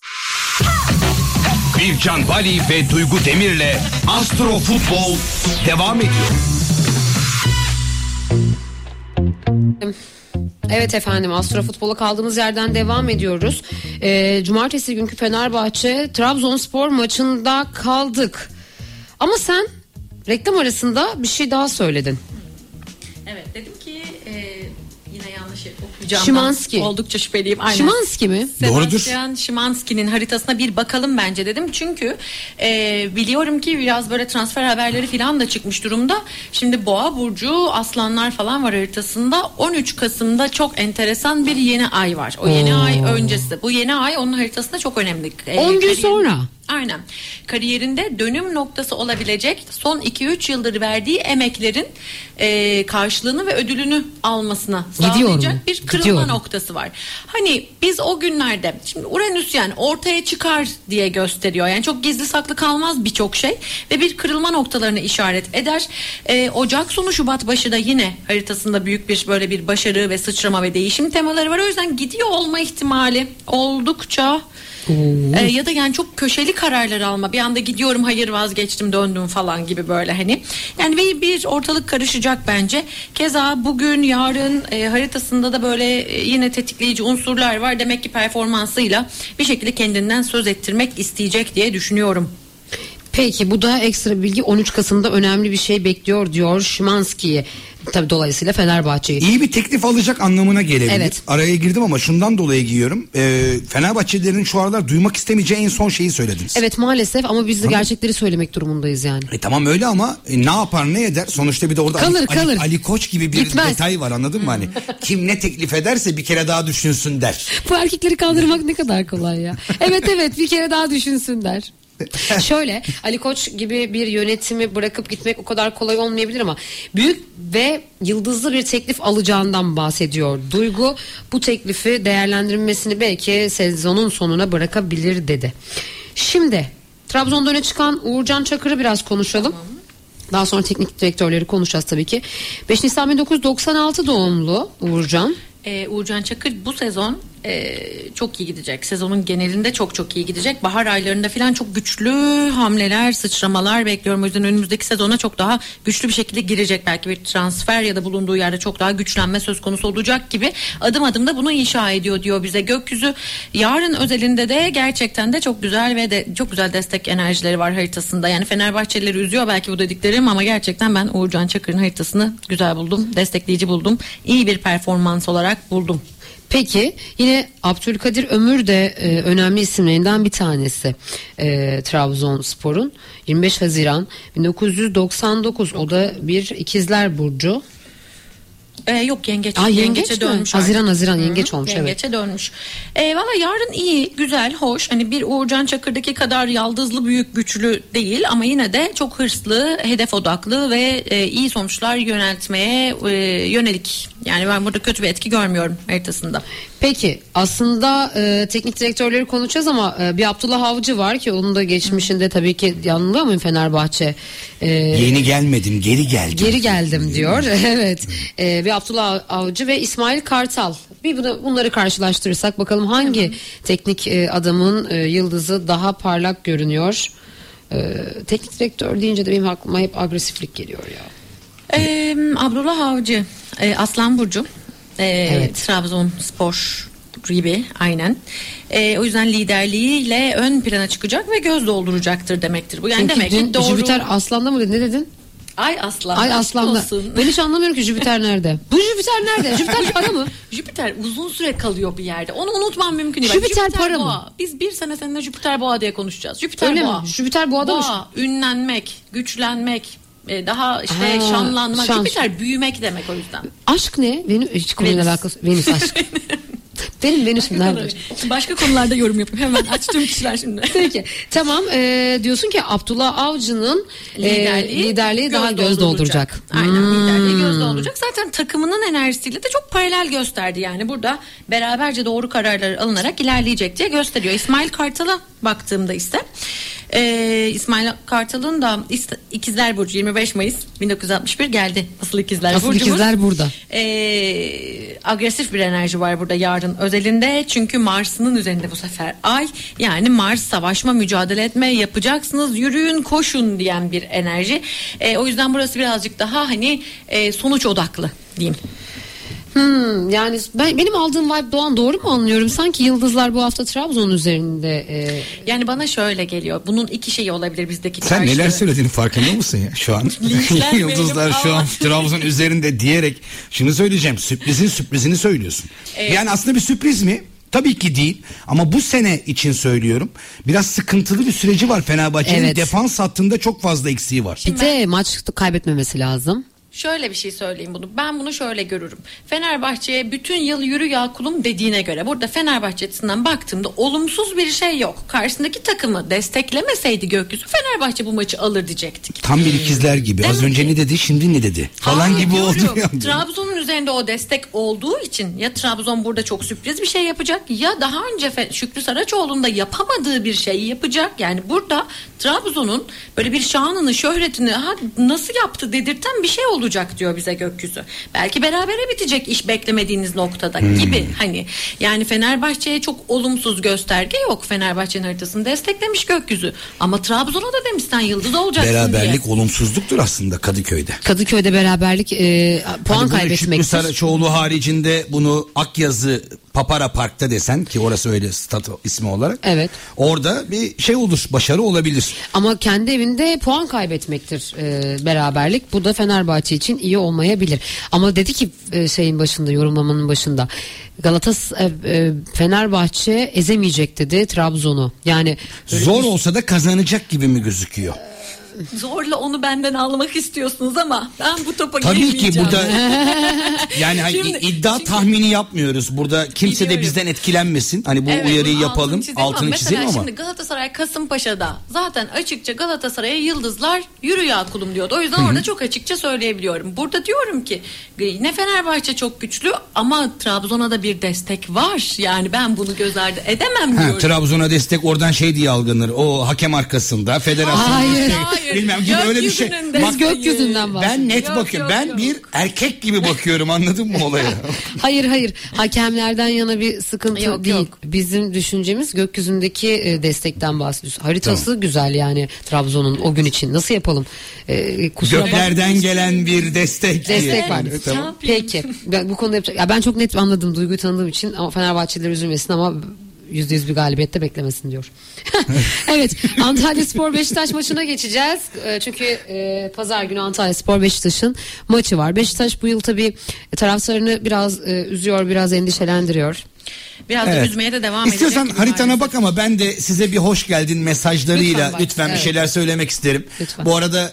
Bircan Bali ve Duygu Demir'le Astro Futbol devam ediyor. Evet efendim, Astro Futbol'a kaldığımız yerden devam ediyoruz. Cumartesi günkü Fenerbahçe Trabzonspor maçında kaldık. Ama sen reklam arasında bir şey daha söyledin. Evet, dedim ki yine yanlış okuyacağım. Szymanski. Oldukça şüpheliyim. Aynen. Szymanski mi? Sebastian Szymanski'nin haritasına bir bakalım bence dedim. Çünkü biliyorum ki biraz böyle transfer haberleri falan da çıkmış durumda. Şimdi Boğa burcu, aslanlar falan var haritasında. 13 Kasım'da çok enteresan bir yeni ay var. O yeni ay öncesi. Bu yeni ay onun haritasında çok önemli. 10 gün sonra. Aynen. Kariyerinde dönüm noktası olabilecek, son 2-3 yıldır verdiği emeklerin karşılığını ve ödülünü almasına sağlayacak bir kırılma noktası var. Hani biz o günlerde, şimdi Uranüs yani ortaya çıkar diye gösteriyor. Yani çok gizli saklı kalmaz birçok şey ve bir kırılma noktalarını işaret eder. Ocak sonu Şubat başı da yine haritasında büyük bir böyle bir başarı ve sıçrama ve değişim temaları var. O yüzden gidiyor olma ihtimali oldukça ya da yani çok köşeli kararlar alma, bir anda gidiyorum hayır vazgeçtim döndüm falan gibi, böyle hani yani bir ortalık karışacak bence. Keza bugün yarın haritasında da böyle yine tetikleyici unsurlar var, demek ki performansıyla bir şekilde kendinden söz ettirmek isteyecek diye düşünüyorum. Peki, bu da ekstra bir bilgi. 13 Kasım'da önemli bir şey bekliyor diyor Szymanski'yi. Tabii dolayısıyla Fenerbahçe'yi. İyi bir teklif alacak anlamına gelebilir. Evet. Araya girdim ama şundan dolayı giyiyorum. Fenerbahçelilerin şu aralar duymak istemeyeceği en son şeyi söylediniz. Evet maalesef, ama biz de gerçekleri söylemek durumundayız yani. Tamam öyle ama ne yapar ne eder? Sonuçta bir de orada Kalır. Ali Koç gibi bir Gitmez. detay var, anladın mı? Hani kim ne teklif ederse bir kere daha düşünsün der. Bu erkekleri kandırmak ne kadar kolay ya. Evet bir kere daha düşünsünler. Şöyle, Ali Koç gibi bir yönetimi bırakıp gitmek o kadar kolay olmayabilir ama büyük ve yıldızlı bir teklif alacağından bahsediyor Duygu. Bu teklifi değerlendirilmesini belki sezonun sonuna bırakabilir dedi. Şimdi Trabzon'da öne çıkan Uğurcan Çakır'ı biraz konuşalım. Daha sonra teknik direktörleri konuşacağız tabii ki. 5 Nisan 1996 doğumlu Uğurcan. Uğurcan Çakır bu sezon çok iyi gidecek. Sezonun genelinde çok iyi gidecek. Bahar aylarında falan çok güçlü hamleler, sıçramalar bekliyorum. O yüzden önümüzdeki sezona çok daha güçlü bir şekilde girecek. Belki bir transfer ya da bulunduğu yerde çok daha güçlenme söz konusu olacak gibi. Adım adım da bunu inşa ediyor diyor bize gökyüzü. Yarın özelinde de gerçekten de çok güzel ve de çok güzel destek enerjileri var haritasında. Yani Fenerbahçelileri üzüyor belki bu dediklerim ama gerçekten ben Uğurcan Çakır'ın haritasını güzel buldum. Destekleyici buldum. İyi bir performans olarak buldum. Peki yine Abdülkadir Ömür de önemli isimlerinden bir tanesi Trabzonspor'un. 25 Haziran 1999, o da bir ikizler burcu. Yok yengeç. Yengeçe dönmüş. Haziran yengeç olmuş. Yengeçe dönmüş. Valla yarın iyi, güzel, hoş. Hani bir Uğurcan Çakır'daki kadar yaldızlı, büyük, güçlü değil ama yine de çok hırslı, hedef odaklı ve iyi sonuçlar yöneltmeye yönelik. Yani ben burada kötü bir etki görmüyorum haritasında. Peki aslında teknik direktörleri konuşacağız ama bir Abdullah Avcı var ki onun da geçmişinde tabii ki, yanılıyor muyum, Fenerbahçe yeni gelmedim, geri geldim. Geri geldim diyor. Evet. Bir Abdullah Avcı ve İsmail Kartal. Bir bunları karşılaştırırsak bakalım hangi teknik adamın yıldızı daha parlak görünüyor. Teknik direktör deyince de benim aklıma hep agresiflik geliyor ya. Abdullah Avcı, Aslan burcu. Evet. Trabzonspor gibi aynen. O yüzden liderliğiyle ön plana çıkacak ve göz dolduracaktır demektir. Bu yani çünkü demek ki doğru. Jüpiter Aslan'da mı dedin? Ne dedin? Ay Aslan. Ay Aslan'da. Ben hiç anlamıyorum ki Jüpiter nerede? Bu Jüpiter nerede? Jüpiter para mı? Jüpiter uzun süre kalıyor bir yerde. Onu unutmam mümkün değil. Jüpiter para Boğa. mı? Biz bir sene seninle Jüpiter Boğa diye konuşacağız. Jüpiter Öyle Boğa. mi? Jüpiter Boğa'da mı? Boğa, ünlenmek, güçlenmek, daha işte şanlanmak. Şans. Jüpiter büyümek demek o yüzden. Aşk ne? Hiç konuyla alakası. Venüs aşk. Benim Venüs'üm nerede? Başka konularda yorum yapayım. Hemen açtığım kişiler şimdi. Peki tamam, diyorsun ki Abdullah Avcı'nın liderliği daha göz dolduracak. Aynen, liderliği göz dolduracak. Zaten takımının enerjisiyle de çok paralel gösterdi. Yani burada beraberce doğru kararlar alınarak ilerleyecek diye gösteriyor. İsmail Kartal'a baktığımda ise İsmail Kartal'ın da İkizler Burcu 25 Mayıs 1961 geldi. Asıl İkizler Asıl Burcumuz. ikizler burada. Agresif bir enerji var burada yarın özelinde. Çünkü Mars'ın üzerinde bu sefer Ay. Yani Mars savaşma, mücadele etme, yapacaksınız, yürüyün, koşun diyen bir enerji. O yüzden burası birazcık daha hani sonuç odaklı diyeyim. Yani benim aldığım vibe Doğan, doğru mu anlıyorum? Sanki yıldızlar bu hafta Trabzon üzerinde. Yani bana şöyle geliyor. Bunun iki şeyi olabilir bizdeki. Sen neler söylediğini farkında mısın ya şu an? Yıldızlar şu an Trabzon üzerinde diyerek şunu söyleyeceğim. Sürprizini söylüyorsun. Yani aslında bir sürpriz mi? Tabii ki değil ama bu sene için söylüyorum. Biraz sıkıntılı bir süreci var Fenerbahçe'nin. Evet. Defans hattında çok fazla eksiği var. Bir de maç kaybetmemesi lazım. Şöyle bir şey söyleyeyim bunu. Ben bunu şöyle görürüm. Fenerbahçe'ye bütün yıl yürü ya kulum dediğine göre burada Fenerbahçe açısından baktığımda olumsuz bir şey yok. Karşısındaki takımı desteklemeseydi gökyüzü Fenerbahçe bu maçı alır diyecektik. Tam bir ikizler gibi. Az önce ne dedi, şimdi ne dedi falan Hayır, gibi diyorum. oldu. Yani. Trabzon'un üzerinde o destek olduğu için ya Trabzon burada çok sürpriz bir şey yapacak ya daha önce Şükrü Saraçoğlu'nun da yapamadığı bir şeyi yapacak. Yani burada Trabzon'un böyle bir şanını, şöhretini nasıl yaptı dedirten bir şey olacak diyor bize gökyüzü. Belki berabere bitecek iş beklemediğiniz noktada gibi. Hani yani Fenerbahçe'ye çok olumsuz gösterge yok. Fenerbahçe'nin haritasını desteklemiş gökyüzü. Ama Trabzon'a da demiş sen yıldız olacaksın Beraberlik diye. olumsuzluktur aslında Kadıköy'de. Kadıköy'de beraberlik puan Hani kaybetmektir. Şükrü Saraçoğlu haricinde bunu Akyazı Papara Park'ta desen ki orası öyle stat ismi olarak. Evet. Orada bir şey olur, başarı olabilir. Ama kendi evinde puan kaybetmektir beraberlik. Bu da Fenerbahçe için iyi olmayabilir. Ama dedi ki şeyin başında, yorumlamanın başında, Fenerbahçe ezemeyecek dedi Trabzon'u. Yani zor olsa da kazanacak gibi mi gözüküyor? Zorla onu benden almak istiyorsunuz ama ben bu topa Tabii girmeyeceğim. ki burada yani hani Şimdi- iddia tahmini yapmıyoruz. Burada kimse de Biliyorum. bizden etkilenmesin. Hani bu Evet, uyarıyı bunun yapalım, altını çizelim ama. Şimdi Galatasaray Kasımpaşa'da zaten açıkça Galatasaray'a yıldızlar yürü ya kulum diyordu. O yüzden orada çok açıkça söyleyebiliyorum. Burada diyorum ki ne Fenerbahçe çok güçlü ama Trabzon'a da bir destek var. Yani ben bunu göz ardı edemem diyorum. Trabzon'a destek oradan şey diye algılanır. O hakem arkasında federasyon Hayır. destek, Hayır. bilmem gibi öyle bir şey. Gökyüzünün biz gökyüzünden bahsediyoruz. Ben net Yok, bakıyorum. yok, Ben yok. bir erkek gibi bakıyorum, anladın mı olaya? Hayır hakemlerden yana bir sıkıntı Yok, değil. yok. Bizim düşüncemiz gökyüzündeki destekten bahsediyoruz. Haritası güzel yani Trabzon'un o gün için. Nasıl yapalım? Kusura bakma. Göklerden gelen bir destek. diye. Destek var. Evet, tamam. Peki. Bu konuda yapacak. Ya ben çok net anladım, Duygu'yu tanıdığım için, ama Fenerbahçeliler üzülmesin ama %100 bir galibiyette beklemesin diyor. Evet, Antalya Spor Beşiktaş maçına geçeceğiz. Çünkü pazar günü Antalya Spor Beşiktaş'ın maçı var. Beşiktaş bu yıl tabii taraftarını biraz üzüyor, biraz endişelendiriyor. Biraz da üzmeye de devam edecek. İstiyorsan gibi haritana maalesef. bak ama ben de size bir hoş geldin mesajlarıyla Lütfen bak. bir şeyler söylemek isterim. Lütfen. Bu arada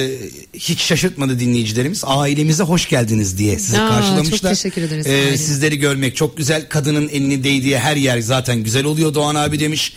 hiç şaşırtmadı dinleyicilerimiz. Ailemize hoş geldiniz diye sizi karşılamışlar. çok teşekkür ederiz. Ailemize. Sizleri görmek çok güzel. Kadının elini değdiği her yer zaten güzel oluyor, Doğan abi demiş.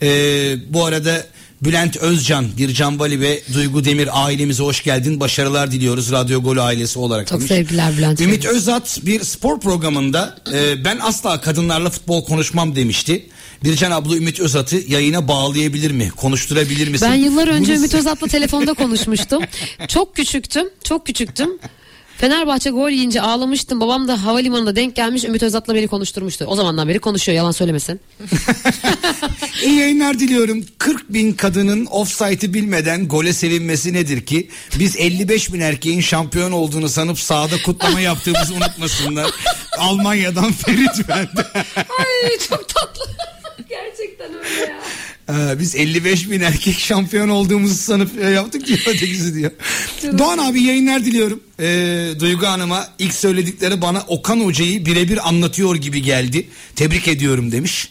Bu arada Bülent Özcan, Bircan Bali ve Duygu Demir, ailemize hoş geldin. Başarılar diliyoruz Radyo Gol ailesi olarak. Çok demiş. sevgiler Bülent Bey. Ümit Özat bir spor programında ben asla kadınlarla futbol konuşmam demişti. Bircan abla Ümit Özat'ı yayına bağlayabilir mi? Konuşturabilir misin? Ben yıllar önce Bunu- Ümit Özat'la telefonda konuşmuştum. Çok küçüktüm. Fenerbahçe gol yiyince ağlamıştım. Babam da havalimanında denk gelmiş, Ümit Özat'la beni konuşturmuştu. O zamandan beri konuşuyor, yalan söylemesin. İyi yayınlar diliyorum. 40.000 kadının offside'ı bilmeden gole sevinmesi nedir ki? Biz 55.000 erkeğin şampiyon olduğunu sanıp sahada kutlama yaptığımızı unutmasınlar. Almanya'dan Ferit bende. Ay çok tatlı. Gerçekten öyle ya. Biz 55.000 erkek şampiyon olduğumuzu sanıp yaptık diyor, ötekisi diyor. Doğan abi yayınlar diliyorum. Duygu Hanım'a ilk söyledikleri bana Okan Hoca'yı birebir anlatıyor gibi geldi. Tebrik ediyorum demiş.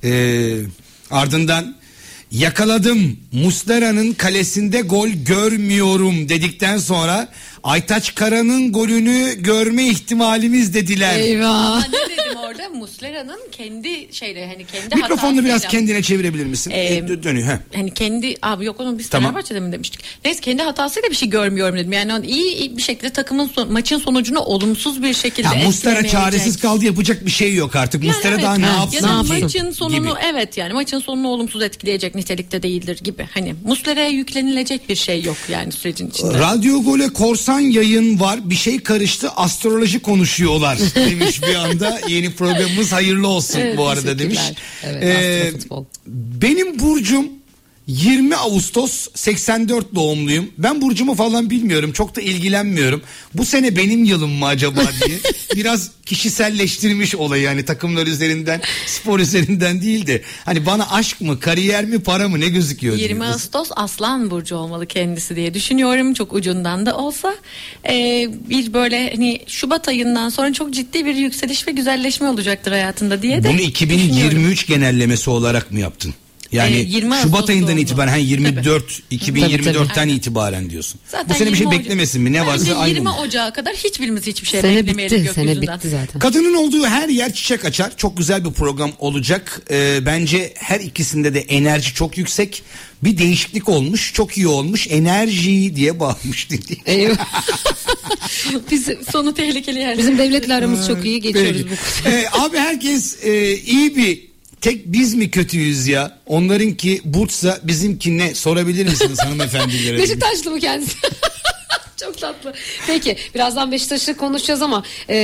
Ardından yakaladım, Muslera'nın kalesinde gol görmüyorum dedikten sonra Aytaç Kara'nın golünü görme ihtimalimiz dediler. Eyvah. Ne dedim Ama orada Muslera'nın kendi şeyle hani kendi Mikrofonunu biraz hatasıyla- kendine çevirebilir misin? Dönüyor. He. Hani kendi abi yok onu biz Tamam. Fenerbahçe'de mi demiştik. Neyse kendi hatasıyla bir şey görmüyorum dedim. Yani iyi bir şekilde takımın maçın sonucunu olumsuz bir şekilde Ya Muslera etkilemeyecek. çaresiz kaldı, yapacak bir şey yok artık. Yani Muslera evet, daha ne ya yapsın da ki? maçın sonunu gibi. evet yani maçın sonunu olumsuz etkileyecek nitelikte değildir gibi. Hani Muslera'ya yüklenilecek bir şey yok yani sürecin içinde. Radyo Gol'e korsan yayın var, bir şey karıştı, astroloji konuşuyorlar demiş bir anda. Yeni programımız hayırlı olsun Evet, bu arada demiş. teşekkürler. Evet, Astrofutbol. Benim burcum 20 Ağustos 84 doğumluyum. Ben burcumu falan bilmiyorum. Çok da ilgilenmiyorum. Bu sene benim yılım mı acaba diye. Biraz kişiselleştirmiş olayı, yani takımlar üzerinden, spor üzerinden değil de. Hani bana aşk mı, kariyer mi, para mı ne gözüküyor? 20 diyor. Ağustos Aslan burcu olmalı kendisi diye düşünüyorum. Çok ucundan da olsa. Bir böyle hani Şubat ayından sonra çok ciddi bir yükseliş ve güzelleşme olacaktır hayatında diye de Bunu düşünüyorum. 2023 genellemesi olarak mı yaptın? Yani 20 Şubat Ağustos ayından oldu. itibaren 24 2024'ten Tabii. itibaren diyorsun. Zaten Bu sene bir şey 20 beklemesin mi? Ne varsa Bence aynı 20 mı? Ocağı kadar hiçbirimiz hiçbir şey Sene beklemeyelim bitti. Sene gökyüzünden. bitti zaten. Kadının olduğu her yer çiçek açar. Çok güzel bir program olacak. Bence her ikisinde de enerji çok yüksek. Bir değişiklik olmuş. Çok iyi olmuş. Enerji diye bağırmış dedi. Eyvah. Sonu tehlikeli yani. Bizim devletle aramız çok iyi, geçiyoruz Peki. bu. Abi herkes iyi bir, tek biz mi kötüyüz ya? Onlarınki burçsa bizimki ne? Sorabilir misiniz hanımefendilere? Beşiktaşlı mı kendisi? Çok tatlı. Peki birazdan Beşiktaş'ı konuşacağız ama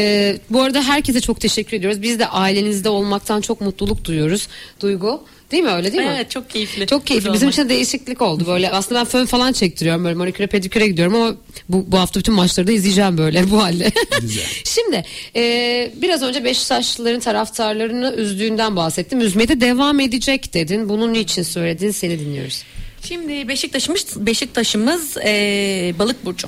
bu arada herkese çok teşekkür ediyoruz. Biz de ailenizde olmaktan çok mutluluk duyuyoruz. Duygu, değil mi, öyle değil mi? Evet, çok keyifli. Çok keyifli. Burada Bizim olmak. için de değişiklik oldu böyle. Aslında ben fön falan çektiriyorum, böyle maniküre pediküre gidiyorum ama bu hafta bütün maçları da izleyeceğim böyle bu halde. Şimdi biraz önce Beşiktaşlıların taraftarlarını üzdüğünden bahsettim. Üzmeye de devam edecek dedin. Bunun niçin söyledin? Seni dinliyoruz. Şimdi Beşiktaş'ımız balık burcu.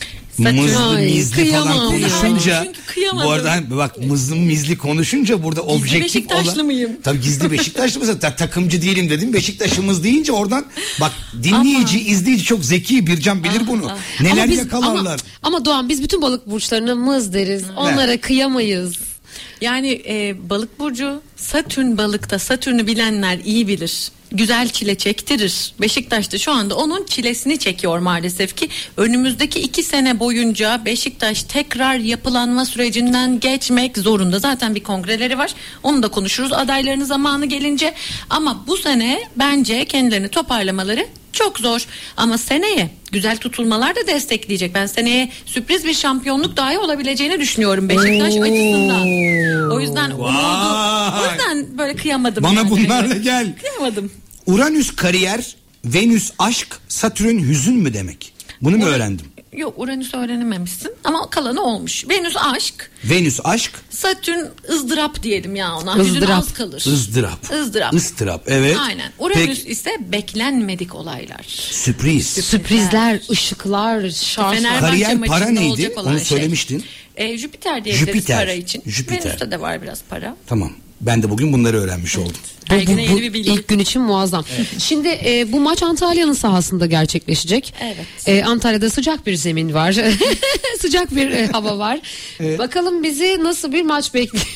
Mızlı Ay, mizli kıyamam falan ya. konuşunca Çünkü kıyamadım. bu arada hani bak mızlı mizli konuşunca burada objektif Beşiktaşlı olan, mıyım? tabii gizli Beşiktaşlı mısın? Takımcı değilim dedim, Beşiktaşımız deyince oradan bak dinleyici izleyici çok zeki, Bircan bilir bunu. Neler Ama biz- yakalarlar. Ama Doğan, biz bütün balık burçlarına mız deriz. Onlara kıyamayız. Yani balık burcu Satürn balıkta, Satürn'ü bilenler iyi bilir. Güzel çile çektirir. Beşiktaş'ta şu anda onun çilesini çekiyor maalesef ki. Önümüzdeki 2 sene boyunca Beşiktaş tekrar yapılanma sürecinden geçmek zorunda. Zaten bir kongreleri var. Onu da konuşuruz adaylarının zamanı gelince. Ama bu sene bence kendilerini toparlamaları çok zor. Ama seneye güzel tutulmalar da destekleyecek. Ben seneye sürpriz bir şampiyonluk dahi olabileceğini düşünüyorum Beşiktaş açısından. O yüzden Vay. o yüzden böyle kıyamadım. Bana yani. bunlarla gel. Kıyamadım. Uranüs kariyer, Venüs aşk, Satürn hüzün mü demek? Bunu mu öğrendim? Yok, Uranüs öğrenememişsin ama kalanı olmuş. Venüs aşk, Venüs aşk, Satürn ızdırap diyelim ya ona. Hüzün Izdırap. az kalır. ızdırap. Izdırap. Istırap, evet. Aynen. Uranüs Peki, ise beklenmedik olaylar. sürpriz. Sürprizler, ışıklar, şarkılar. Fenerbahçe Kariyer maçında para neydi? olacak olan Onu şey. söylemiştin. Jüpiter diyebiliriz Jüpiter. para için. Jüpiter. Venüs'te de var biraz para. Tamam. Ben de bugün bunları öğrenmiş oldum. Her güne yeni bir bilgi. ilk gün için muazzam. Şimdi bu maç Antalya'nın sahasında gerçekleşecek. Evet. Antalya'da sıcak bir zemin var. Sıcak bir hava var. Bakalım bizi nasıl bir maç bekliyor.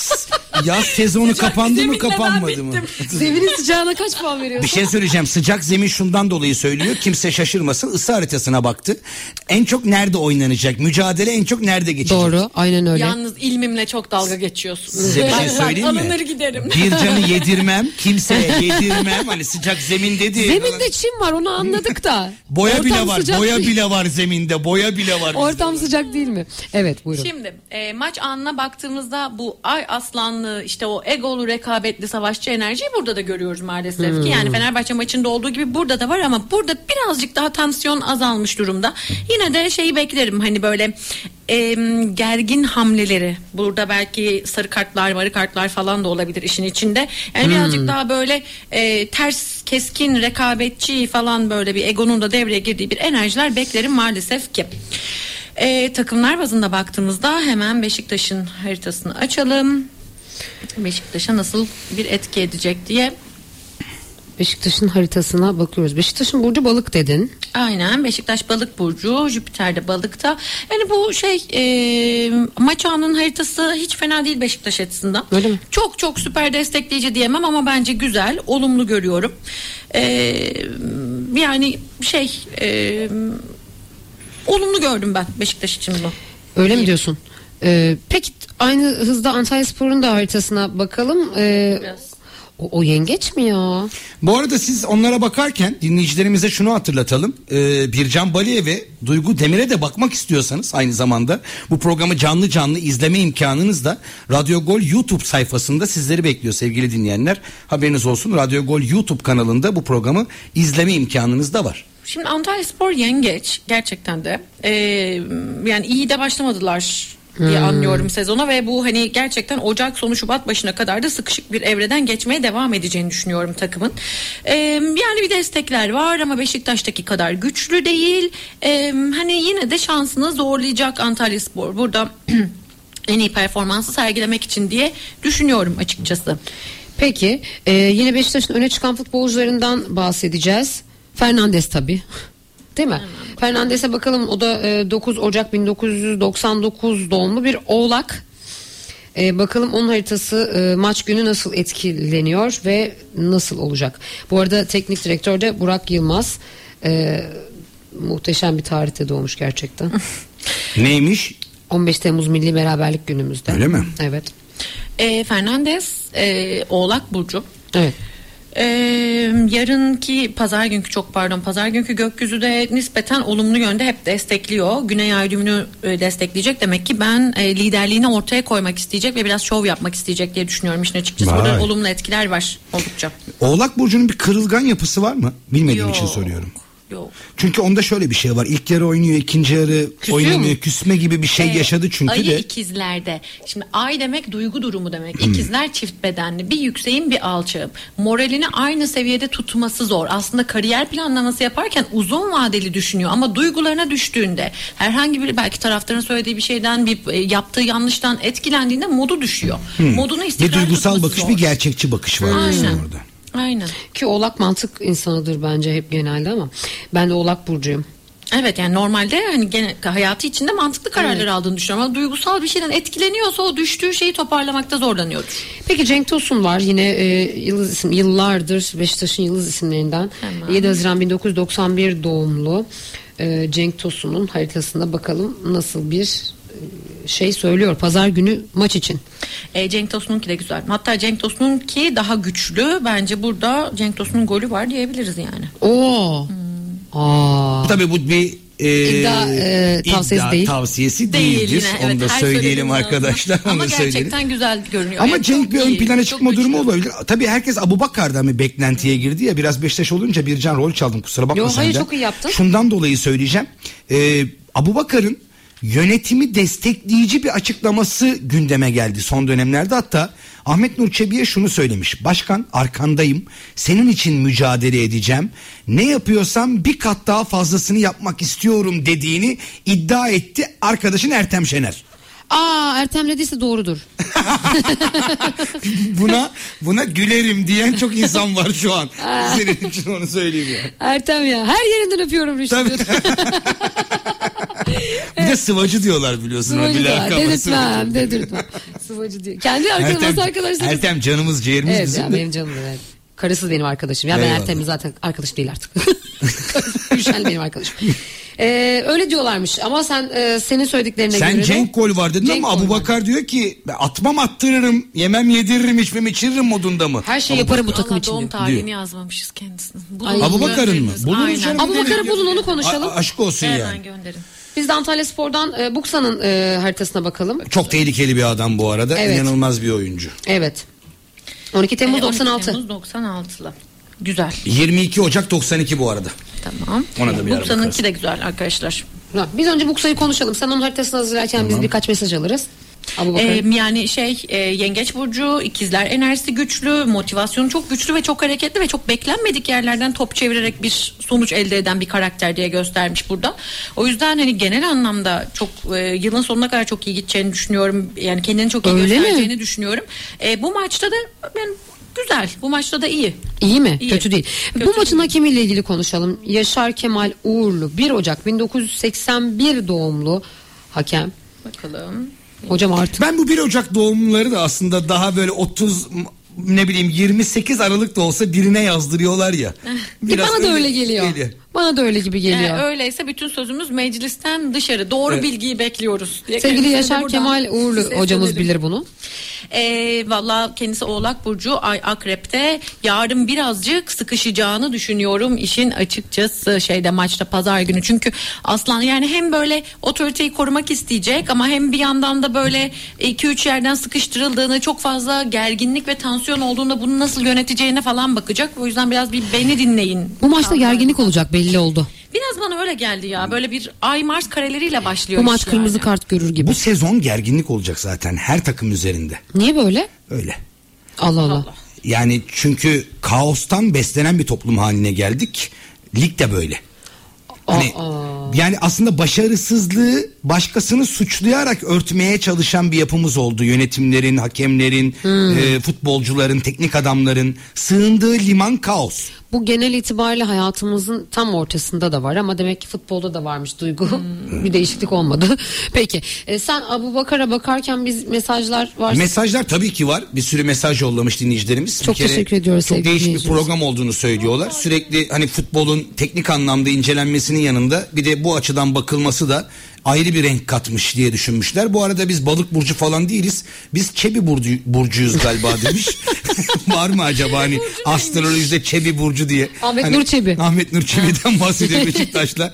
Yaz sezonu kapandı mı zeminle kapanmadı ben mı? Zeminin sıcağına kaç puan veriyorsun? Bir şey söyleyeceğim. Sıcak zemin şundan dolayı söylüyor. Kimse şaşırmasın. Isı haritasına baktı. En çok nerede oynanacak? Mücadele en çok nerede geçecek? Doğru, aynen öyle. Yalnız ilmimle çok dalga geçiyorsun. Size bir şey söyleyeyim mi? Alınır giderim. Bir canı yedirmem. Kimseye yedirmem. Hani sıcak zemin dedi. Zeminde çim var, onu anladık da. Boya Ortam bile var. sıcak Boya değil. bile var zeminde. Boya bile var. Ortam sıcak değil mi? Evet, buyurun. Şimdi maç anına baktığımızda bu ay aslanlı işte o egolu rekabetli savaşçı enerjiyi burada da görüyoruz maalesef ki. Yani Fenerbahçe maçında olduğu gibi burada da var ama burada birazcık daha tansiyon azalmış durumda. Yine de şeyi beklerim hani böyle gergin hamleleri. Burada belki sarı kartlar, marı kartlar falan da olabilir işin içinde. Yani birazcık daha böyle ters, keskin, rekabetçi falan böyle bir egonun da devreye girdiği bir enerjiler beklerim maalesef ki. Takımlar bazında baktığımızda hemen Beşiktaş'ın haritasını açalım. Beşiktaş'a nasıl bir etki edecek diye. Beşiktaş'ın haritasına bakıyoruz. Beşiktaş'ın burcu balık dedin. Aynen, Beşiktaş balık burcu, Jüpiter de balıkta. Yani bu maç anının haritası hiç fena değil Beşiktaş açısından. Öyle mi? Çok çok süper destekleyici diyemem ama bence güzel, olumlu görüyorum. Yani olumlu gördüm ben Beşiktaş için bu. Öyle mi diyorsun? Peki aynı hızda Antalyaspor'un da haritasına bakalım. Biraz. O yengeç mi ya? Bu arada siz onlara bakarken dinleyicilerimize şunu hatırlatalım. Bircan Bali'ye ve Duygu Demir'e de bakmak istiyorsanız aynı zamanda bu programı canlı canlı izleme imkanınız da Radyo Gol YouTube sayfasında sizleri bekliyor sevgili dinleyenler. Haberiniz olsun, Radyo Gol YouTube kanalında bu programı izleme imkanınız da var. Şimdi Antalyaspor yengeç gerçekten de yani iyi de başlamadılar diye anlıyorum sezona ve bu hani gerçekten Ocak sonu Şubat başına kadar da sıkışık bir evreden geçmeye devam edeceğini düşünüyorum takımın. Yani bir destekler var ama Beşiktaş'taki kadar güçlü değil. Hani yine de şansını zorlayacak Antalyaspor burada en iyi performansı sergilemek için diye düşünüyorum açıkçası. Peki yine Beşiktaş'ın öne çıkan futbolcularından bahsedeceğiz. Fernandes tabii. Değil mi? Fernandes'e bakalım. O da 9 Ocak 1999 doğumlu bir Oğlak. Bakalım onun haritası maç günü nasıl etkileniyor ve nasıl olacak? Bu arada teknik direktör de Burak Yılmaz. Muhteşem bir tarihte doğmuş gerçekten. Neymiş? 15 Temmuz Milli Beraberlik Günümüzde. Öyle mi? Evet. Fernandes Oğlak burcu. Evet. Yarınki pazar günkü gökyüzü de nispeten olumlu yönde hep destekliyor. Güney ay düğümünü destekleyecek. Demek ki liderliğini ortaya koymak isteyecek ve biraz şov yapmak isteyecek diye düşünüyorum işin açıkçası. Burada olumlu etkiler var oldukça. Oğlak burcunun bir kırılgan yapısı var mı? Bilmediğim için soruyorum. Yok. Çünkü onda şöyle bir şey var. İlk yarı oynuyor, ikinci yarı oynamıyor. Küsme gibi bir şey yaşadı çünkü ayı de. ikizlerde. Şimdi ay demek duygu durumu demek. İkizler çift bedenli. Bir yükseğin bir alçağım. Moralini aynı seviyede tutması zor. Aslında kariyer planlaması yaparken uzun vadeli düşünüyor ama duygularına düştüğünde herhangi bir belki taraftarın söylediği bir şeyden yaptığı yanlıştan etkilendiğinde modu düşüyor. Modunu istikrar Bir duygusal tutması bakış, zor. bir gerçekçi bakış var orada. Aynen. Ki Oğlak mantık insanıdır bence hep genelde ama ben de Oğlak burcuyum. Evet, yani normalde hani hayatı içinde mantıklı kararlar aldığını düşünüyorum ama duygusal bir şeyden etkileniyorsa o düştüğü şeyi toparlamakta zorlanıyordur. Peki Cenk Tosun var yine yıldız isim, yıllardır Beşiktaş'ın yıldız isimlerinden. Hemen. 7 Haziran 1991 doğumlu Cenk Tosun'un haritasında bakalım nasıl bir şey söylüyor pazar günü maç için. Cenk Tosun'unki de güzel. Hatta Cenk Tosun'unki daha güçlü. Bence burada Cenk Tosun'un golü var diyebiliriz yani. Oo. Tabii bu bir tavsiyesi değildir. Yine, Onu da söyleyelim lazım. arkadaşlar. Ama gerçekten güzel görünüyor. Ama Evet, Cenk bir ön plana çıkma durumu güçlü. olabilir. Tabii herkes Abubakar'dan bir beklentiye girdi ya. Biraz Beşiktaş olunca Bircan rol çaldım, kusura bakma senden. Hayır, çok iyi yaptın. Şundan dolayı söyleyeceğim. Abubakar'ın yönetimi destekleyici bir açıklaması gündeme geldi son dönemlerde. Hatta Ahmet Nur Çebi'ye şunu söylemiş: başkan, arkandayım, senin için mücadele edeceğim, ne yapıyorsam bir kat daha fazlasını yapmak istiyorum dediğini iddia etti arkadaşın Ertem Şener. Ertem dediyse doğrudur. buna gülerim diyen çok insan var şu an. Senin için onu söyleyeyim ya. Ertem ya, her yerinden öpüyorum Rüştü. Bir de sıvacı diyorlar biliyorsun. Sıvacı diyorlar. Dedirtmem. Sıvacı diyor. Kendi arkadaşlarım. Ertem canımız ciğerimiz evet, bizim yani de. benim canım evet. Karısız benim arkadaşım. Ya ben Ertem'in zaten arkadaş değil artık. Gülşen benim arkadaşım. Öyle diyorlarmış ama senin söylediklerine göre Sen Cenk gol var dedin Cenk ama Abubakar diyor ki atmam attırırım, yemem yediririm, içmem içiririm modunda. Her şeyi yaparım bu takım için doğum diyor. tarihini yazmamışız kendisinin. Abubakar'ın mı? Aynen. Abubakar'ı bulun, onu konuşalım. Aşk olsun Hemen yani. gönderin. Biz de Antalyaspor'dan Buksa'nın haritasına bakalım. Çok tehlikeli bir adam bu arada. Evet. İnanılmaz bir oyuncu. Evet. 12 Temmuz 96. 12 Temmuz 96'lı. Güzel. 22 Ocak 92 bu arada. Tamam. Ona da bir ara Buksa'nınki bakarız. de güzel arkadaşlar. Biz önce Buksa'yı konuşalım. Sen onun haritasını hazırlarken biz birkaç mesaj alırız. Yani yengeç burcu, ikizler enerjisi güçlü, motivasyonu çok güçlü ve çok hareketli ve çok beklenmedik yerlerden top çevirerek bir sonuç elde eden bir karakter diye göstermiş burada. O yüzden hani genel anlamda çok yılın sonuna kadar çok iyi gideceğini düşünüyorum. Yani kendini çok iyi göstereceğini düşünüyorum. Bu maçta da ben güzel. Bu maçta da iyi. İyi mi? İyi. Kötü değil. Kötü Bu maçın değil. hakemiyle ilgili konuşalım. Yaşar Kemal Uğurlu 1 Ocak 1981 doğumlu hakem. Bakalım. Hocam artık Ben bu 1 Ocak doğumluları da aslında daha böyle 28 Aralık da olsa birine yazdırıyorlar ya. bana da öyle geliyor. Bana da öyle gibi geliyor. Öyleyse bütün sözümüz meclisten dışarı. Doğru bilgiyi bekliyoruz diye. Sevgili Kendisine Yaşar buradan Kemal Uğurlu hocamız seslenelim. bilir bunu. Valla kendisi Oğlak Burcu, Ay Akrep'te. Yarın birazcık sıkışacağını düşünüyorum işin açıkçası maçta pazar günü. Çünkü Aslan yani hem böyle otoriteyi korumak isteyecek ama hem bir yandan da böyle 2-3 yerden sıkıştırıldığını, çok fazla gerginlik ve tansiyon olduğunda bunu nasıl yöneteceğine falan bakacak. O yüzden biraz bir beni dinleyin. Bu maçta gerginlik olacak, belli oldu. Biraz bana öyle geldi ya. Böyle bir Ay Mars kareleriyle başlıyor. Bu maç iş kırmızı yani. kart görür gibi. Bu sezon gerginlik olacak zaten her takım üzerinde. Niye böyle? Öyle. Allah Allah. Yani çünkü kaostan beslenen bir toplum haline geldik. Lig de böyle. Hani yani aslında başarısızlığı başkasını suçlayarak örtmeye çalışan bir yapımız oldu. Yönetimlerin, hakemlerin, futbolcuların, teknik adamların sığındığı liman kaos. Bu genel itibariyle hayatımızın tam ortasında da var ama demek ki futbolda da varmış Duygu. Bir değişiklik olmadı. Peki sen Abubakar'a bakarken biz mesajlar var. Mesajlar tabii ki var. Bir sürü mesaj yollamış dinleyicilerimiz. Çok Bir kere teşekkür ediyoruz Çok sevgili değişik bir dinleyicilerimiz. program olduğunu söylüyorlar. Sürekli hani futbolun teknik anlamda incelenmesinin yanında bir de bu açıdan bakılması da ayrı bir renk katmış diye düşünmüşler. Bu arada biz balık burcu falan değiliz. Biz Çebi burcuyuz galiba demiş. Var mı acaba hani astrolojide Çebi burcu diye. Ahmet Hani Nur Çebi. Ahmet Nur Çebi'den bahsediyor Beşiktaş'la.